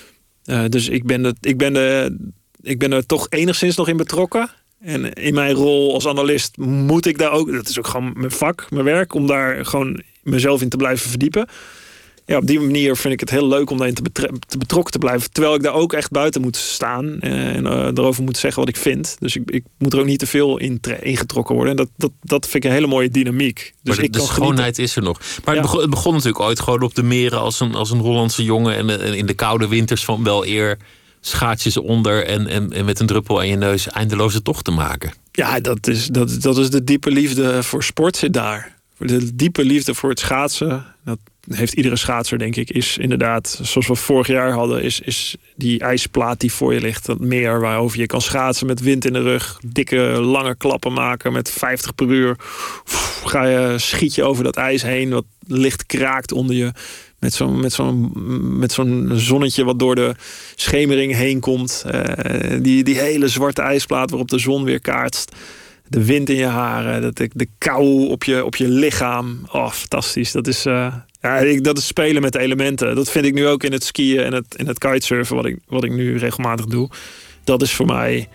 E: Uh, dus ik ben, de, ik, ben de, ik ben er toch enigszins nog in betrokken. En in mijn rol als analist moet ik daar ook... Dat is ook gewoon mijn vak, mijn werk. Om daar gewoon mezelf in te blijven verdiepen. Ja, op die manier vind ik het heel leuk om daarin te, betre- te betrokken te blijven. Terwijl ik daar ook echt buiten moet staan. En uh, erover moet zeggen wat ik vind. Dus ik, ik moet er ook niet te veel in tre- ingetrokken worden. En dat, dat, dat vind ik een hele mooie dynamiek. Dus
D: Maar de,
E: ik
D: de
E: kan
D: schoonheid
E: genieten.
D: is er nog. Maar
E: Ja.
D: het, begon, het begon natuurlijk ooit gewoon op de meren als een, als een Hollandse jongen. En, en in de koude winters van wel eer schaatsjes onder. En, en, en met een druppel aan je neus eindeloze tocht te maken.
E: Ja, dat is, dat, dat is de diepe liefde voor sport zit daar. De diepe liefde voor het schaatsen. Dat heeft iedere schaatser, denk ik. Is inderdaad, zoals we vorig jaar hadden... is, is die ijsplaat die voor je ligt. Dat meer waarover je kan schaatsen met wind in de rug. Dikke, lange klappen maken met vijftig per uur. Oef, ga je, schiet je over dat ijs heen. Wat licht kraakt onder je. Met zo'n, met zo'n, met zo'n zonnetje wat door de schemering heen komt. Uh, die, die hele zwarte ijsplaat waarop de zon weer kaatst. De wind in je haren, dat de, de kou op je, op je lichaam. Oh, fantastisch. Dat is, uh, ja, ik, dat is spelen met de elementen. Dat vind ik nu ook in het skiën en het, in het kitesurfen, wat ik, wat ik nu regelmatig doe. Dat is voor mij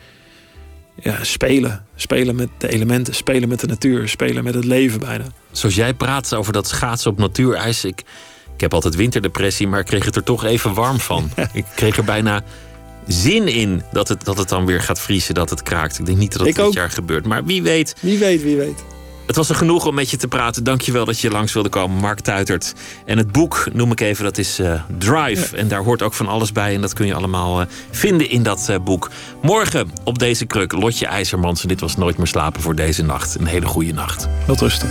E: ja, spelen. Spelen met de elementen, spelen met de natuur, spelen met het leven bijna.
D: Zoals jij praat over dat schaatsen op natuurijs. Ik, ik heb altijd winterdepressie, maar ik kreeg het er toch even warm van. Ik kreeg er bijna zin in dat het, dat het dan weer gaat vriezen, dat het kraakt. Ik denk niet dat het
E: Ik
D: dit
E: ook.
D: jaar gebeurt. Maar wie weet.
E: Wie weet, wie weet.
D: Het was er genoeg om met je te praten. Dankjewel dat je langs wilde komen, Mark Tuitert. En het boek, noem ik even, dat is uh, Drive. Ja. En daar hoort ook van alles bij. En dat kun je allemaal uh, vinden in dat uh, boek. Morgen op deze kruk, Lotje IJzermans. En dit was Nooit meer slapen voor deze nacht. Een hele goede nacht.
E: Wat rusten.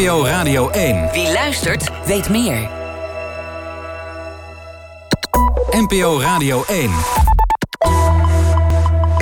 B: N P O Radio één.
C: Wie luistert, weet meer.
B: N P O Radio één.